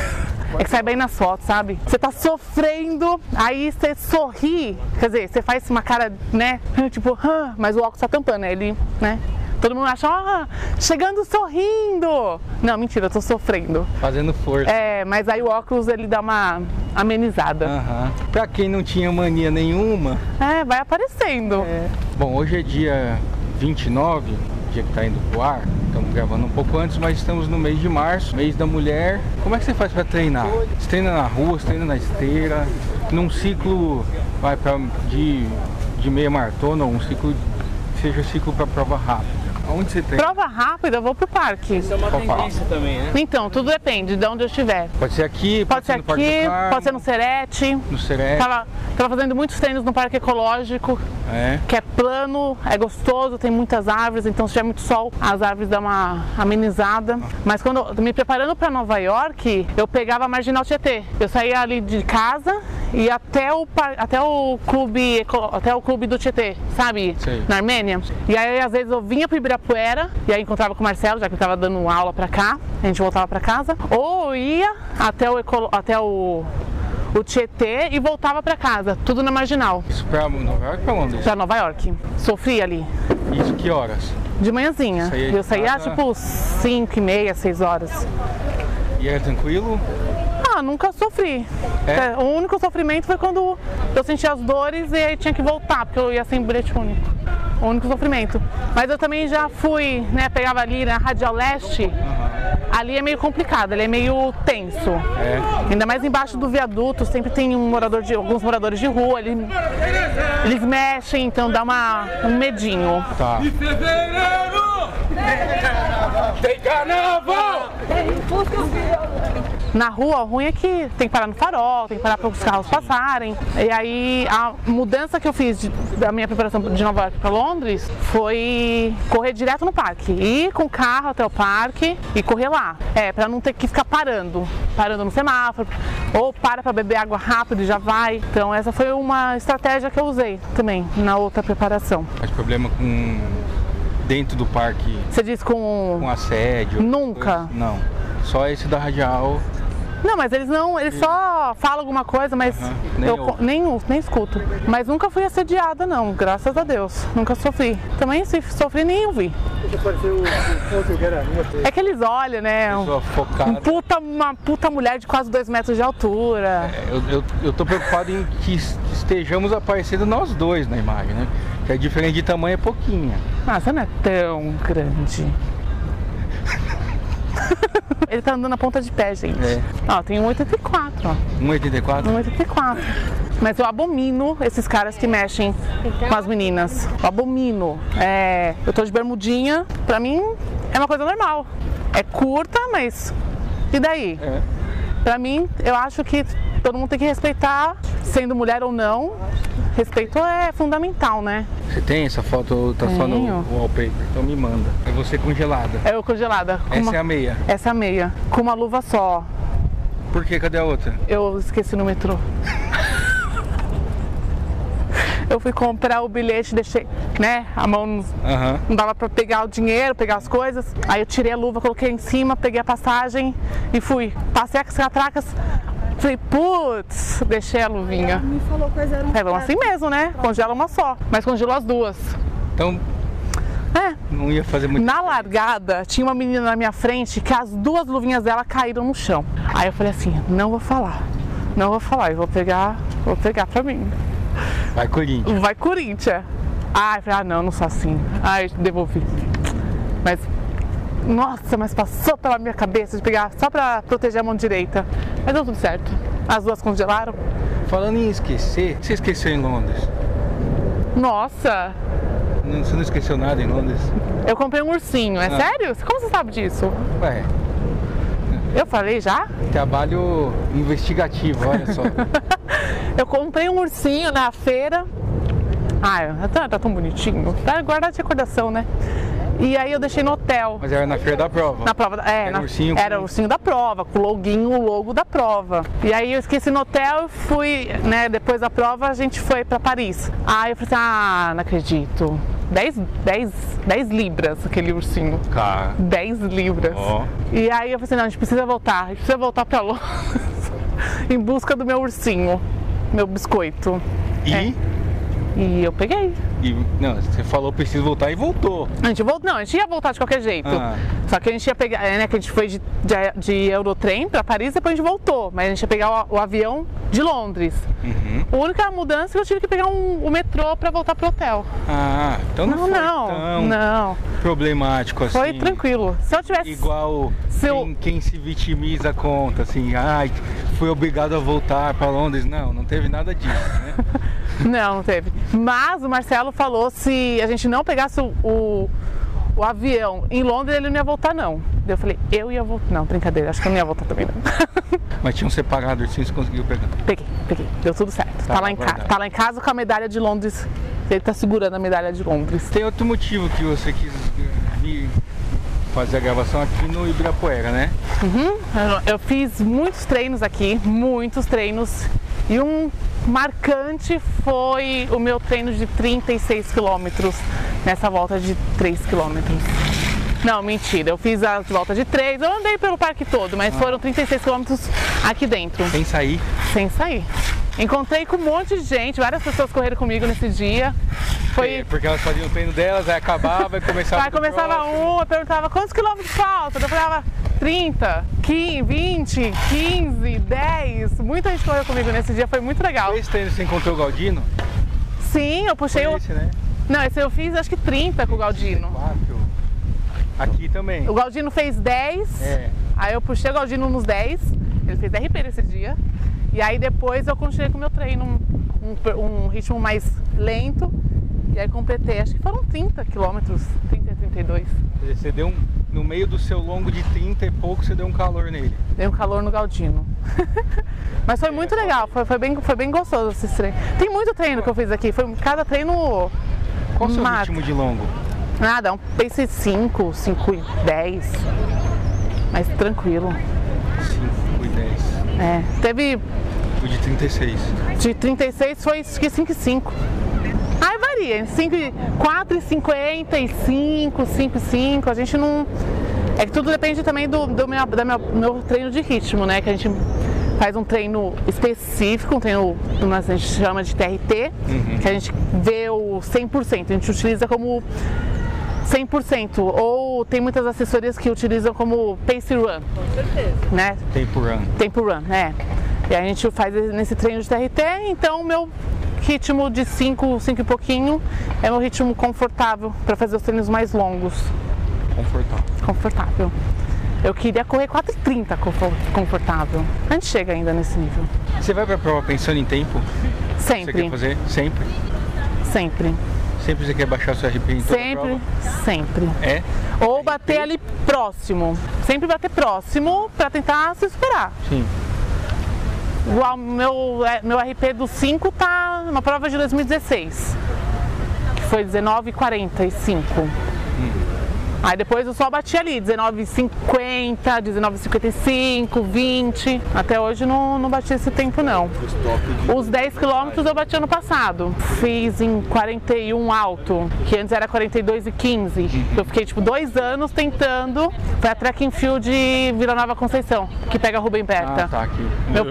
É que sai bem nas fotos, sabe? Você tá sofrendo, aí você sorri. Quer dizer, você faz uma cara, né? Tipo, ah, mas o óculos tá tampando, né? Ele, né? Todo mundo acha, ah, chegando sorrindo. Não, mentira, eu tô sofrendo. Fazendo força. É, mas aí o óculos, ele dá uma amenizada. Aham. Pra quem não tinha mania nenhuma... É, vai aparecendo. É. Bom, hoje é dia vinte e nove, dia que tá indo pro ar. Estamos gravando um pouco antes, mas estamos no mês de março, mês da mulher. Como é que você faz pra treinar? Você treina na rua, você treina na esteira? Num ciclo, vai pra, de, de meia maratona, ou um ciclo, seja ciclo pra prova rápida? Onde você treina? Prova rápida, eu vou pro parque. Isso é uma tendência também, né? Então, tudo depende de onde eu estiver. Pode ser aqui, pode, pode ser, ser no Parque aqui, do Carmo, pode ser no Serete. No Serete. Tava, tava fazendo muitos treinos no Parque Ecológico, é. que é plano, é gostoso, tem muitas árvores, então se tiver muito sol, as árvores dão uma amenizada. Mas quando eu, me preparando para Nova York, eu pegava a Marginal Tietê. Eu saía ali de casa e até o, até o clube até o clube do Tietê, sabe? Sei. Na Armênia. E aí às vezes eu vinha pro Ibirapuera e aí encontrava com o Marcelo, já que eu tava dando aula pra cá, a gente voltava pra casa, ou eu ia até o, até o, o Tietê e voltava pra casa, tudo na Marginal. Isso pra Nova York ou pra Londres? Pra Nova York. Sofri ali. Isso que horas? De manhãzinha. Saía eu saía casa... tipo cinco e meia, seis horas. E era tranquilo? Ah, nunca sofri. É? O único sofrimento foi quando eu senti as dores e aí tinha que voltar, porque eu ia sem bilhete único. O único sofrimento. Mas eu também já fui, né, pegava ali na Radial Leste, uhum. Ali é meio complicado, ele é meio tenso. É. Ainda mais embaixo do viaduto, sempre tem um morador de, alguns moradores de rua, eles, eles mexem, então dá uma, um medinho. Tá. De fevereiro! Tem carnaval! Na rua, o ruim é que tem que parar no farol, tem que parar para os carros passarem. E aí, a mudança que eu fiz de, da minha preparação de Nova York para Londres foi correr direto no parque. Ir com o carro até o parque e correr lá. É, para não ter que ficar parando. Parando no semáforo. Ou para para beber água rápido e já vai. Então, essa foi uma estratégia que eu usei também na outra preparação. Mas problema com... dentro do parque? Você diz com... Com assédio? Nunca. Coisa? Não. Só esse da Radial. Não, mas eles não, eles só falam alguma coisa, mas uhum. nem, eu nem, nem escuto. Mas nunca fui assediada, não, graças a Deus. Nunca sofri. Também se sofri, nem ouvi. É que eles olham, né? Um, um puta, uma puta mulher de quase dois metros de altura. É, eu, eu, eu tô preocupado em que estejamos aparecendo nós dois na imagem, né? Que a diferença de tamanho é pouquinha. Ah, você não é tão grande. Ele tá andando na ponta de pé, gente. É. Ó, tem um oitenta e quatro, ó. um oitenta e quatro? um oitenta e quatro. Mas eu abomino esses caras que mexem com as meninas. Eu abomino. É, eu tô de bermudinha, pra mim é uma coisa normal. É curta, mas... E daí? É. Pra mim, eu acho que todo mundo tem que respeitar, sendo mulher ou não. Respeito é fundamental, né? Você tem essa foto ou tá só no Tenho. wallpaper? Então me manda. É você congelada. É eu congelada. com Essa uma- é a meia. Essa é a meia, com uma luva só. Por que? Cadê a outra? Eu esqueci no metrô. Eu fui comprar o bilhete, deixei, né, a mão nos- Aham. não dava pra pegar o dinheiro, pegar as coisas. Aí eu tirei a luva, coloquei em cima, peguei a passagem e fui. Passei as catracas, falei, putz, deixei a luvinha. Me falou coisa era um É, vamos assim mesmo, né? Congela uma só, mas congelou as duas. Então É. não ia fazer muito. Na largada, tinha uma menina na minha frente que as duas luvinhas dela caíram no chão. Aí eu falei assim, não vou falar, não vou falar, eu vou pegar, vou pegar pra mim. Vai, Corinthians. Vai Corinthians. Ai, eu falei, ah não, não sou assim. Ai, devolvi. Mas, nossa, mas passou pela minha cabeça de pegar só pra proteger a mão direita. Mas deu tudo certo. As duas congelaram. Falando em esquecer, o que você esqueceu em Londres? Nossa, Não- Você não esqueceu nada em Londres? eu comprei um ursinho, é Ah. sério? Como você sabe disso? Ué, Eu falei já? trabalho investigativo, olha só. Eu comprei um ursinho na feira. Ai, tá, tá tão bonitinho. Tá guardado de recordação, né? E aí eu deixei no hotel. Mas era na feira da prova. Na prova, é, Era na- o ursinho era com- o ursinho da prova, com o loguinho, o logo da prova. E aí eu esqueci no hotel e fui, né, depois da prova a gente foi pra Paris. Aí eu falei assim, ah, não acredito. dez, dez, dez libras aquele ursinho. Cara. dez libras. Ó. E aí eu falei assim, não, a gente precisa voltar, a gente precisa voltar pra Londres em busca do meu ursinho, meu biscoito. E? É. E eu peguei. E não, você falou preciso voltar e voltou. A gente voltou, não, a gente ia voltar de qualquer jeito. Ah. Só que a gente ia pegar, é, né, que a gente foi de, de, de Eurotrem pra Paris e depois a gente voltou. Mas a gente ia pegar o, o avião de Londres. Uhum. A única mudança é que eu tive que pegar um, o metrô pra voltar pro hotel. Ah, então não, Não, foi não, tão não. problemático assim. Foi tranquilo. Se eu tivesse. Igual Se eu- quem, quem se vitimiza conta, assim, ai, fui obrigado a voltar para Londres. Não, não teve nada disso, né? Não, não teve. Mas o Marcelo falou se a gente não pegasse o, o, o avião em Londres, ele não ia voltar, não. Daí eu falei, eu ia voltar. Não, brincadeira, acho que eu não ia voltar também, não. Mas tinha um separador, sim, você conseguiu pegar. Peguei, peguei. Deu tudo certo. Tá, Tá lá em casa. guardado. Tá lá em casa com a medalha de Londres. Ele tá segurando a medalha de Londres. Tem outro motivo que você quis eh, vir fazer a gravação aqui no Ibirapuera, né? Uhum. Eu, eu fiz muitos treinos aqui, muitos treinos. E um marcante foi o meu treino de trinta e seis quilômetros nessa volta de três quilômetros. Não, mentira, eu fiz a volta de três, eu andei pelo parque todo, mas foram trinta e seis quilômetros aqui dentro, Sem sair. sem sair. Encontrei com um monte de gente, várias pessoas correram comigo nesse dia. Foi, É, porque elas faziam o treino delas, aí acabava e começava Aí do começava próximo. um, eu perguntava quantos quilômetros faltam? Eu falava trinta, quinze, vinte, quinze, dez. Muita gente correu comigo nesse dia, foi muito legal. Esse treino você encontrou o Galdino? Sim, eu puxei Foi o. esse, né? Não, esse eu fiz acho que trinta com o Galdino. Quatro. Aqui também. O Galdino fez dez, É. aí eu puxei o Galdino nos dez, ele fez R P nesse dia. E aí depois eu continuei com o meu treino, um, um, um ritmo mais lento. E aí completei, acho que foram trinta quilômetros, trinta, trinta e dois. Quer dizer, você deu um, no meio do seu longo de trinta e pouco, você deu um calor nele. Dei um calor no Galdino. Mas foi muito legal, foi, foi, bem, foi bem gostoso esse treino. Tem muito treino que eu fiz aqui, foi cada treino. Qual o seu marca. ritmo de longo? Nada, um pace cinco, cinco e dez. Mas tranquilo. cinco e dez. É, teve O de trinta e seis. de trinta e seis foi acho que cinco e cinco. Aí varia, cinco, quatro e cinquenta e cinco, cinco e cinco, a gente não. É que tudo depende também do, do meu, da meu, meu treino de ritmo, né? Que a gente faz um treino específico, um treino que a gente chama de T R T, Uhum. que a gente vê o cem por cento, a gente utiliza como cem por cento, ou tem muitas assessorias que utilizam como pace run, né? Tempo run. Tempo run, é. E a gente faz nesse treino de T R T, então o meu ritmo de cinco, cinco e pouquinho é meu ritmo confortável para fazer os treinos mais longos. Confortável. Confortável. Eu queria correr quatro e trinta confo- confortável. A gente chega ainda nesse nível. Você vai pra prova pensando em tempo? Você Sempre, quer fazer? Sempre? sempre, Sempre você quer baixar seu R P em toda a sempre, prova? sempre. É? Ou bater ali próximo. Sempre bater próximo para tentar se superar. Sim. Igual meu, meu R P do cinco tá numa prova de dois mil e dezesseis, que foi dezenove e quarenta e cinco. Hum. Aí depois eu só bati ali, dezenove e cinquenta, dezenove e cinquenta e cinco, vinte. Até hoje não, não bati esse tempo não. Os dez quilômetros eu bati ano passado. Fiz em quarenta e um alto, que antes era quarenta e dois e quinze. Eu fiquei tipo dois anos tentando. Foi a Track and Field de Vila Nova Conceição, que pega a Rubem Berta. Ah, tá aqui. Meu,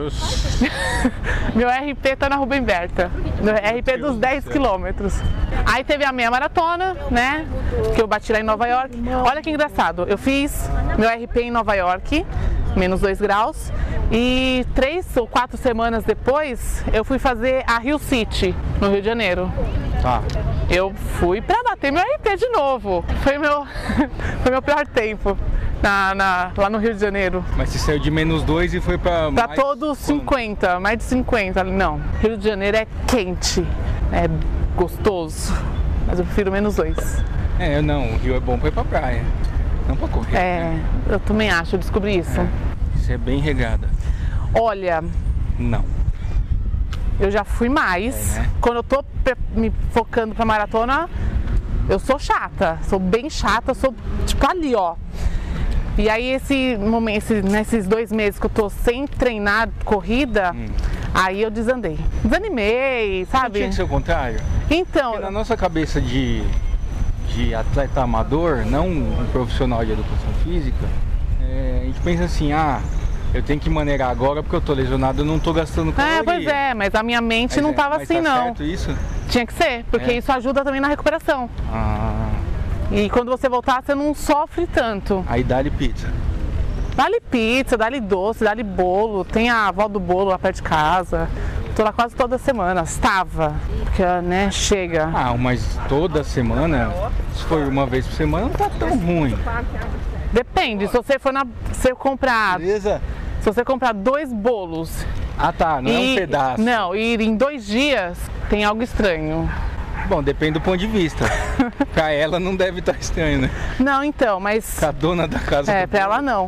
meu R P tá na Rubem Berta. Meu R P dos dez quilômetros. Aí teve a meia maratona, né? Que eu bati lá em Nova York. Olha que engraçado, eu fiz meu R P em Nova York, menos dois graus, e três ou quatro semanas depois eu fui fazer a Rio City, no Rio de Janeiro. Tá. Eu fui pra bater meu R P de novo. Foi meu, foi meu pior tempo na, na, lá no Rio de Janeiro. Mas você saiu de menos dois e foi pra Pra mais... todos cinquenta, mais de cinquenta. Não, Rio de Janeiro é quente, é gostoso, mas eu prefiro menos dois. É, não, o Rio é bom pra ir pra praia, não pra correr. É, né? eu também acho, eu descobri isso. É, você é bem regada. Olha, Não. eu já fui mais. É, né? Quando eu tô me focando pra maratona, eu sou chata, sou bem chata, sou tipo ali, ó. E aí esse momento, esse, nesses dois meses que eu tô sem treinar corrida, hum. aí eu desandei. Desanimei, sabe? Não tinha que ser o contrário? Então... Porque na nossa cabeça de... de atleta amador, não um profissional de educação física, é, a gente pensa assim, ah, eu tenho que maneirar agora porque eu tô lesionado, eu não tô gastando caloria. É, pois é, mas a minha mente mas não é, tava mas assim, tá não. Certo isso? Tinha que ser, porque É. isso ajuda também na recuperação. Ah. E quando você voltar, você não sofre tanto. Aí dá-lhe pizza. Dá-lhe pizza, dá-lhe doce, dá-lhe bolo. Tem a avó do bolo lá perto de casa. Tô lá quase toda semana. Estava, porque, né, chega. Ah, mas toda semana, se for uma vez por semana, não tá tão ruim. Depende, se você for na, se eu comprar, Beleza? se você comprar dois bolos. Ah tá, não e, é um pedaço. Não, e em dois dias tem algo estranho. Bom, depende do ponto de vista. Pra ela não deve estar estranho, né? Não, então, mas... Pra dona da casa. É, do pra bolo. ela não.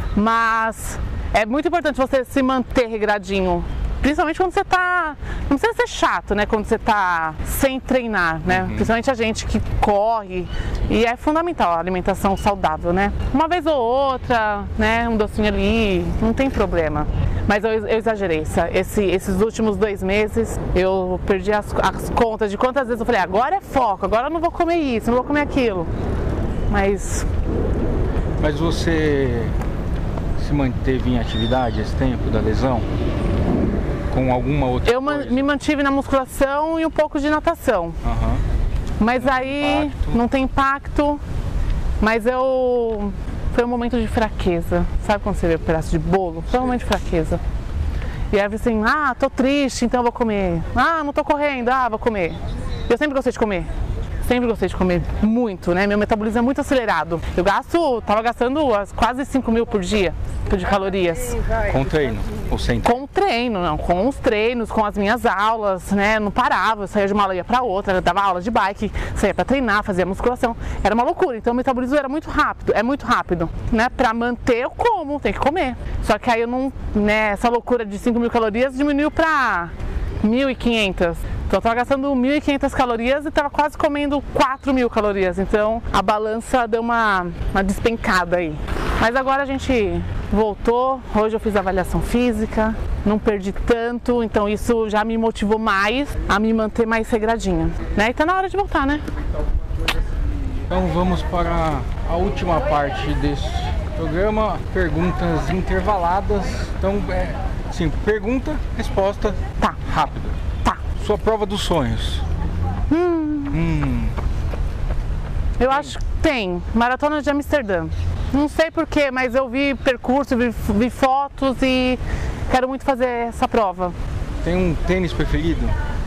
Mas é muito importante você se manter regradinho. Principalmente quando você tá... Não precisa ser chato, né? Quando você tá sem treinar, né? Uhum. Principalmente a gente que corre. E é fundamental a alimentação saudável, né? Uma vez ou outra, né? Um docinho ali, não tem problema. Mas eu, eu exagerei. Esse, esses últimos dois meses, eu perdi as, as contas de quantas vezes eu falei, agora é foco, agora eu não vou comer isso, não vou comer aquilo. Mas... Mas você se manteve em atividade esse tempo da lesão? Com alguma outra Eu coisa? me mantive na musculação e um pouco de natação. Uhum. Mas não aí impacto. não tem impacto. Mas eu... Foi um momento de fraqueza. Sabe quando você vê um pedaço de bolo? Foi um momento de fraqueza. E aí assim, ah, tô triste, então eu vou comer. Ah, não tô correndo, ah, vou comer. Eu sempre gostei de comer. Sempre gostei de comer muito, né? Meu metabolismo é muito acelerado. Eu gasto, tava gastando as quase cinco mil por dia de calorias. Com treino ou sem Com treino, não, com os treinos, com as minhas aulas, né? Não parava, eu saía de uma aula ia pra outra, dava aula de bike, saía pra treinar, fazia musculação. Era uma loucura, então o metabolismo era muito rápido, é muito rápido, né? Pra manter eu como, tem que comer. Só que aí eu não, né, essa loucura de cinco mil calorias diminuiu pra mil e quinhentas. Então eu tava gastando mil e quinhentas calorias e tava quase comendo quatro mil calorias. Então a balança deu uma, uma despencada aí. Mas agora a gente voltou, hoje eu fiz avaliação física, não perdi tanto, então isso já me motivou mais a me manter mais regradinha, né? E tá na hora de voltar, né? Então vamos para a última parte desse programa, perguntas intervaladas. Então, é, sim, pergunta, resposta, Tá. rápida. Tá. Sua prova dos sonhos. Hum, Hum, eu acho que tem, Maratona de Amsterdã. Não sei porquê, mas eu vi percurso, vi, vi fotos e quero muito fazer essa prova. tem um tênis preferido?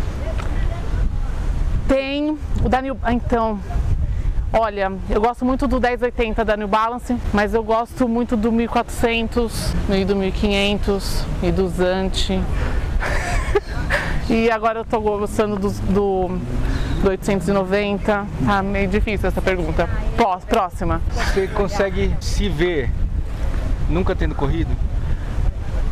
Tem o da New... Então, olha, eu gosto muito do dez oitenta da New Balance, mas eu gosto muito do mil e quatrocentos e do mil e quinhentos e do Zante. E agora eu tô gostando do, do, do oitocentos e noventa. Tá meio difícil essa pergunta. Pró- Próxima. Você consegue se ver nunca tendo corrido?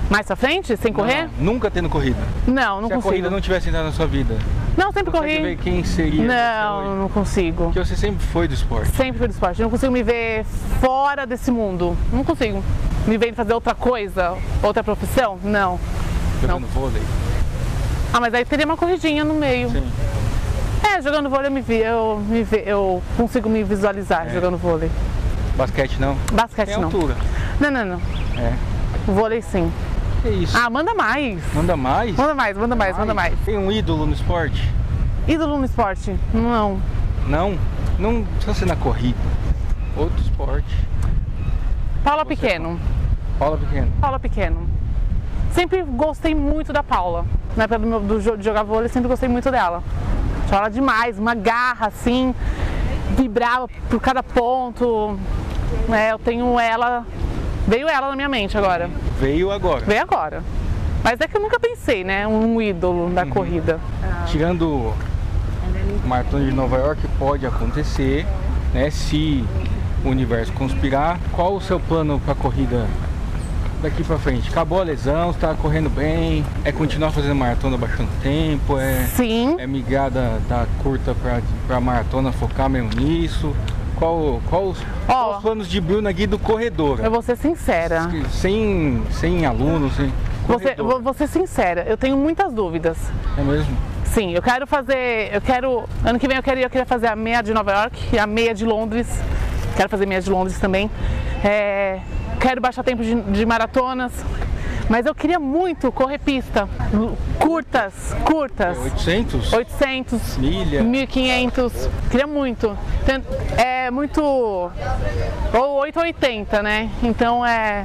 Mais pra frente, sem correr? Não, nunca tendo corrida. Não, não Se consigo. a corrida não tivesse entrado na sua vida. Não, sempre Consegue corri. ver quem seria Não, você hoje? não consigo. Porque você sempre foi do esporte. Sempre fui do esporte. Eu não consigo me ver fora desse mundo. Não consigo. Me ver fazer outra coisa, outra profissão? Não. Jogando vôlei. Ah, mas aí teria uma corridinha no meio. Sim. É, jogando vôlei eu me vi, eu, me vi, eu consigo me visualizar É. jogando vôlei. Basquete não? Basquete Tem não. altura. Não, não, não. É. Vôlei sim. Que isso? Ah, manda mais. Manda mais? Manda mais, manda mais, manda mais. Tem um ídolo no esporte? Ídolo no esporte? Não. Não? Não precisa ser na corrida. Outro esporte. Paula Você Pequeno. Paula Pequeno. Paula Pequeno. Sempre gostei muito da Paula. Na época do, meu, do jo- de jogar vôlei, sempre gostei muito dela. Achava ela demais, uma garra assim, vibrava por cada ponto. É, eu tenho ela, veio ela na minha mente agora. Veio agora. Veio agora. Mas é que eu nunca pensei, né? Um ídolo da corrida. Tirando o Maratona de Nova York, pode acontecer, né? Se o universo conspirar. Qual o seu plano para a corrida daqui para frente? Acabou a lesão, está correndo bem? É continuar fazendo maratona baixando tempo? É, Sim. é migrar da, da curta para maratona, focar mesmo nisso? Qual, qual, os, qual os planos de Bruna Guido corredora? Eu vou ser sincera. Sem, sem alunos, sem Você, corredora. vou, vou ser sincera, eu tenho muitas dúvidas. É mesmo? Sim, eu quero fazer, eu quero, ano que vem eu queria, eu queria fazer a meia de Nova York e a meia de Londres. Quero fazer meia de Londres também. É, quero baixar tempo de, de maratonas. Mas eu queria muito correr pista. Curtas, curtas. oitocentos? oitocentos, Milha. mil e quinhentos. Queria muito. Tem- É muito. Ou oito ou oitenta, né? Então é.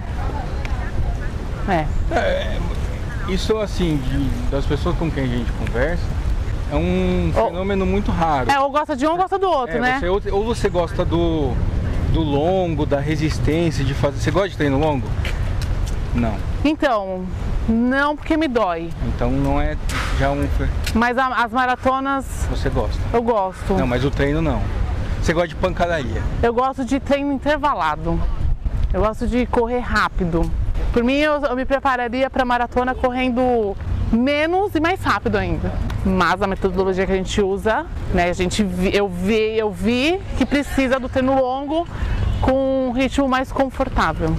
É. Isso, assim, de- das pessoas com quem a gente conversa, é um Oh. fenômeno muito raro. É, ou gosta de um ou gosta do outro, É, né? você- ou, ou você gosta do, do longo, da resistência, de fazer... Você gosta de treino longo? Não. Então, não porque me dói. Então não é já um... fe- Mas a- as maratonas Você gosta. eu gosto. Não, mas o treino não. Você gosta de pancadaria. Eu gosto de treino intervalado. Eu gosto de correr rápido. Por mim, eu, eu me prepararia para maratona correndo menos e mais rápido ainda. Mas a metodologia que a gente usa, né, a gente vi- eu vi, eu vi que precisa do treino longo com um ritmo mais confortável.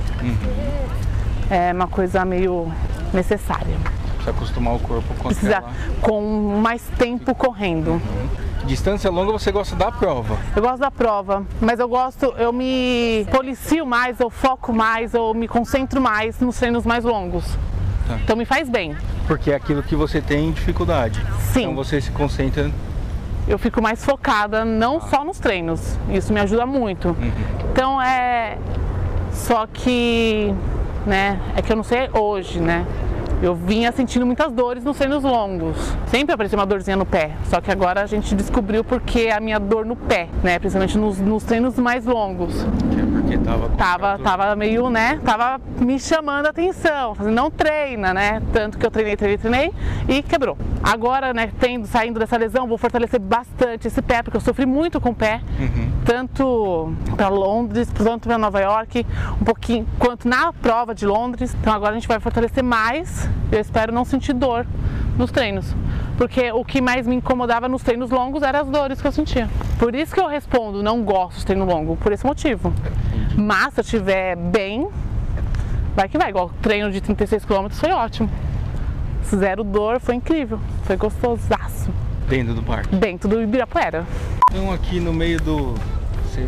É uma coisa meio necessária. Precisa acostumar o corpo com Precisa aquela... com mais tempo correndo. Distância longa você gosta da prova. Eu gosto da prova, mas eu gosto, eu me policio mais, eu foco mais, eu me concentro mais nos treinos mais longos. Tá. Então me faz bem. Porque é aquilo que você tem dificuldade. Sim. Então você se concentra... Eu fico mais focada não só nos treinos. Isso me ajuda muito. Então é só que, né, é que eu não sei hoje, né? Eu vinha sentindo muitas dores nos treinos longos. Sempre aparecia uma dorzinha no pé. Só que agora a gente descobriu porque a minha dor no pé, né? Principalmente nos, nos treinos mais longos. Que é porque tava... com Tava, fratura. tava meio, né? Tava me chamando a atenção. Fazendo, não treina, né? Tanto que eu treinei, treinei, treinei e quebrou. Agora, né, tendo, saindo dessa lesão, vou fortalecer bastante esse pé, porque eu sofri muito com o pé. Uhum. Tanto para Londres, tanto para Nova York, um pouquinho, quanto na prova de Londres. Então agora a gente vai fortalecer mais. Eu espero não sentir dor nos treinos. Porque o que mais me incomodava nos treinos longos eram as dores que eu sentia. Por isso que eu respondo, não gosto de treino longo, por esse motivo. Mas se eu estiver bem, vai que vai. Igual o treino de trinta e seis quilômetros foi ótimo. Zero dor, foi incrível. Foi gostosaço. Dentro do parque. Dentro do Ibirapuera. Então aqui no meio do... Sei,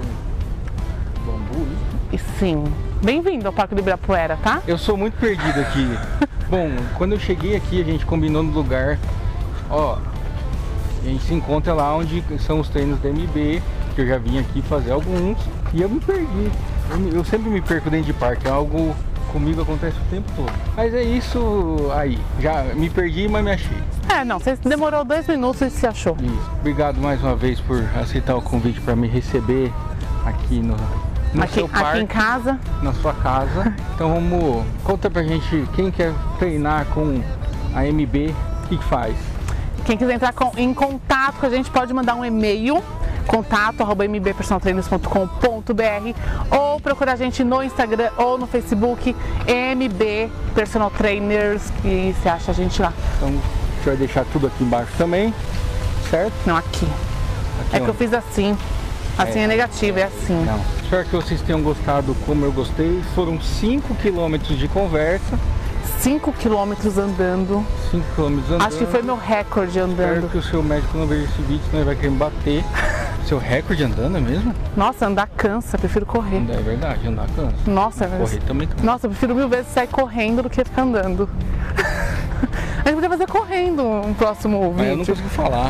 bambu, isso? E sim, bem-vindo ao Parque do Ibirapuera, tá? Eu sou muito perdido aqui. Bom, quando eu cheguei aqui, a gente combinou no lugar, ó, a gente se encontra lá onde são os treinos da M B, que eu já vim aqui fazer alguns, e eu me perdi. Eu, me- eu sempre me perco dentro de parque, é algo comigo acontece o tempo todo. Mas é isso aí, já me perdi, mas me achei. É, não, você demorou dois minutos e se achou. Isso. Obrigado mais uma vez por aceitar o convite para me receber aqui no, no Aqui, seu parque. aqui em casa, Na sua casa. Então vamos, conta pra gente, quem quer treinar com a M B, o que que faz? quem quiser entrar com- em contato com a gente pode mandar um e-mail contato arroba m b personal trainers ponto com ponto b r ou procura a gente no Instagram ou no Facebook M B Personal Trainers e você acha a gente lá. Então a gente vai deixar tudo aqui embaixo também, certo? Não, aqui. Aqui é que eu fiz assim. Assim é, é negativo, é assim. Não. Espero que vocês tenham gostado como eu gostei. Foram cinco quilômetros de conversa. cinco quilômetros andando. cinco quilômetros andando. Acho que foi meu recorde andando. Espero que o seu médico não veja esse vídeo, senão ele vai querer me bater. Seu recorde andando é mesmo? Nossa, andar cansa, prefiro correr. É verdade, andar cansa. Nossa, correr também cansa. Nossa, eu prefiro mil vezes sair correndo do que ficar andando. A gente podia fazer correndo um próximo vídeo. Mas eu não consigo falar.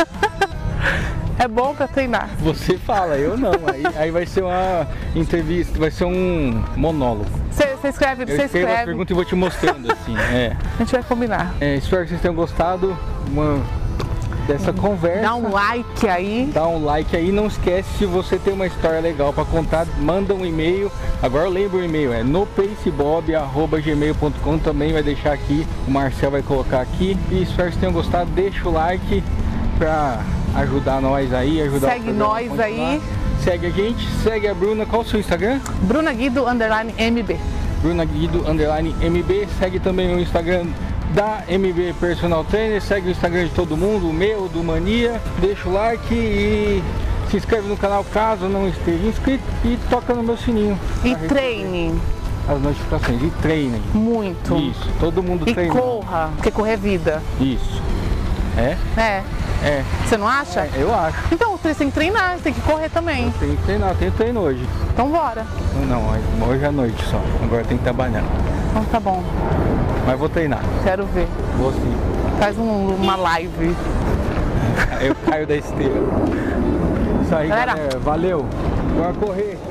É bom pra treinar. Você fala, eu não. Aí, aí vai ser uma entrevista, vai ser um monólogo. Você escreve, você escreve. Eu a pergunta e vou te mostrando assim. É. A gente vai combinar. É, espero que vocês tenham gostado uma, dessa conversa. Dá um like aí. Dá um like aí. Não esquece, se você tem uma história legal pra contar, manda um e-mail. Agora eu lembro o e-mail, é no pacebob arroba gmail ponto com. Também vai deixar aqui, o Marcel vai colocar aqui. E espero que vocês tenham gostado. Deixa o like pra ajudar nós aí, ajudar Segue nós aí. Segue a gente, segue a Bruna. Qual o seu Instagram? Bruna Guido underline M B. Bruna Guido underline M B. Segue também o Instagram da M B Personal Trainer. Segue o Instagram de todo mundo, o meu, do Mania. Deixa o like e se inscreve no canal caso não esteja inscrito. E toca no meu sininho. E treine. As notificações. E treinem. Muito. Isso, todo mundo e treina. E corra, porque correr é vida. Isso. É? É. É. Você não acha? É, eu acho. Então, você tem que treinar, você tem que correr também. Tem que treinar, tem treino hoje. Então bora. Não, não, hoje à noite só. Agora tem que trabalhar. Então tá bom. Mas vou treinar. Quero ver. Vou sim. Faz um, uma live. Eu caio da esteira. Isso aí, galera. galera. Valeu. Bora correr.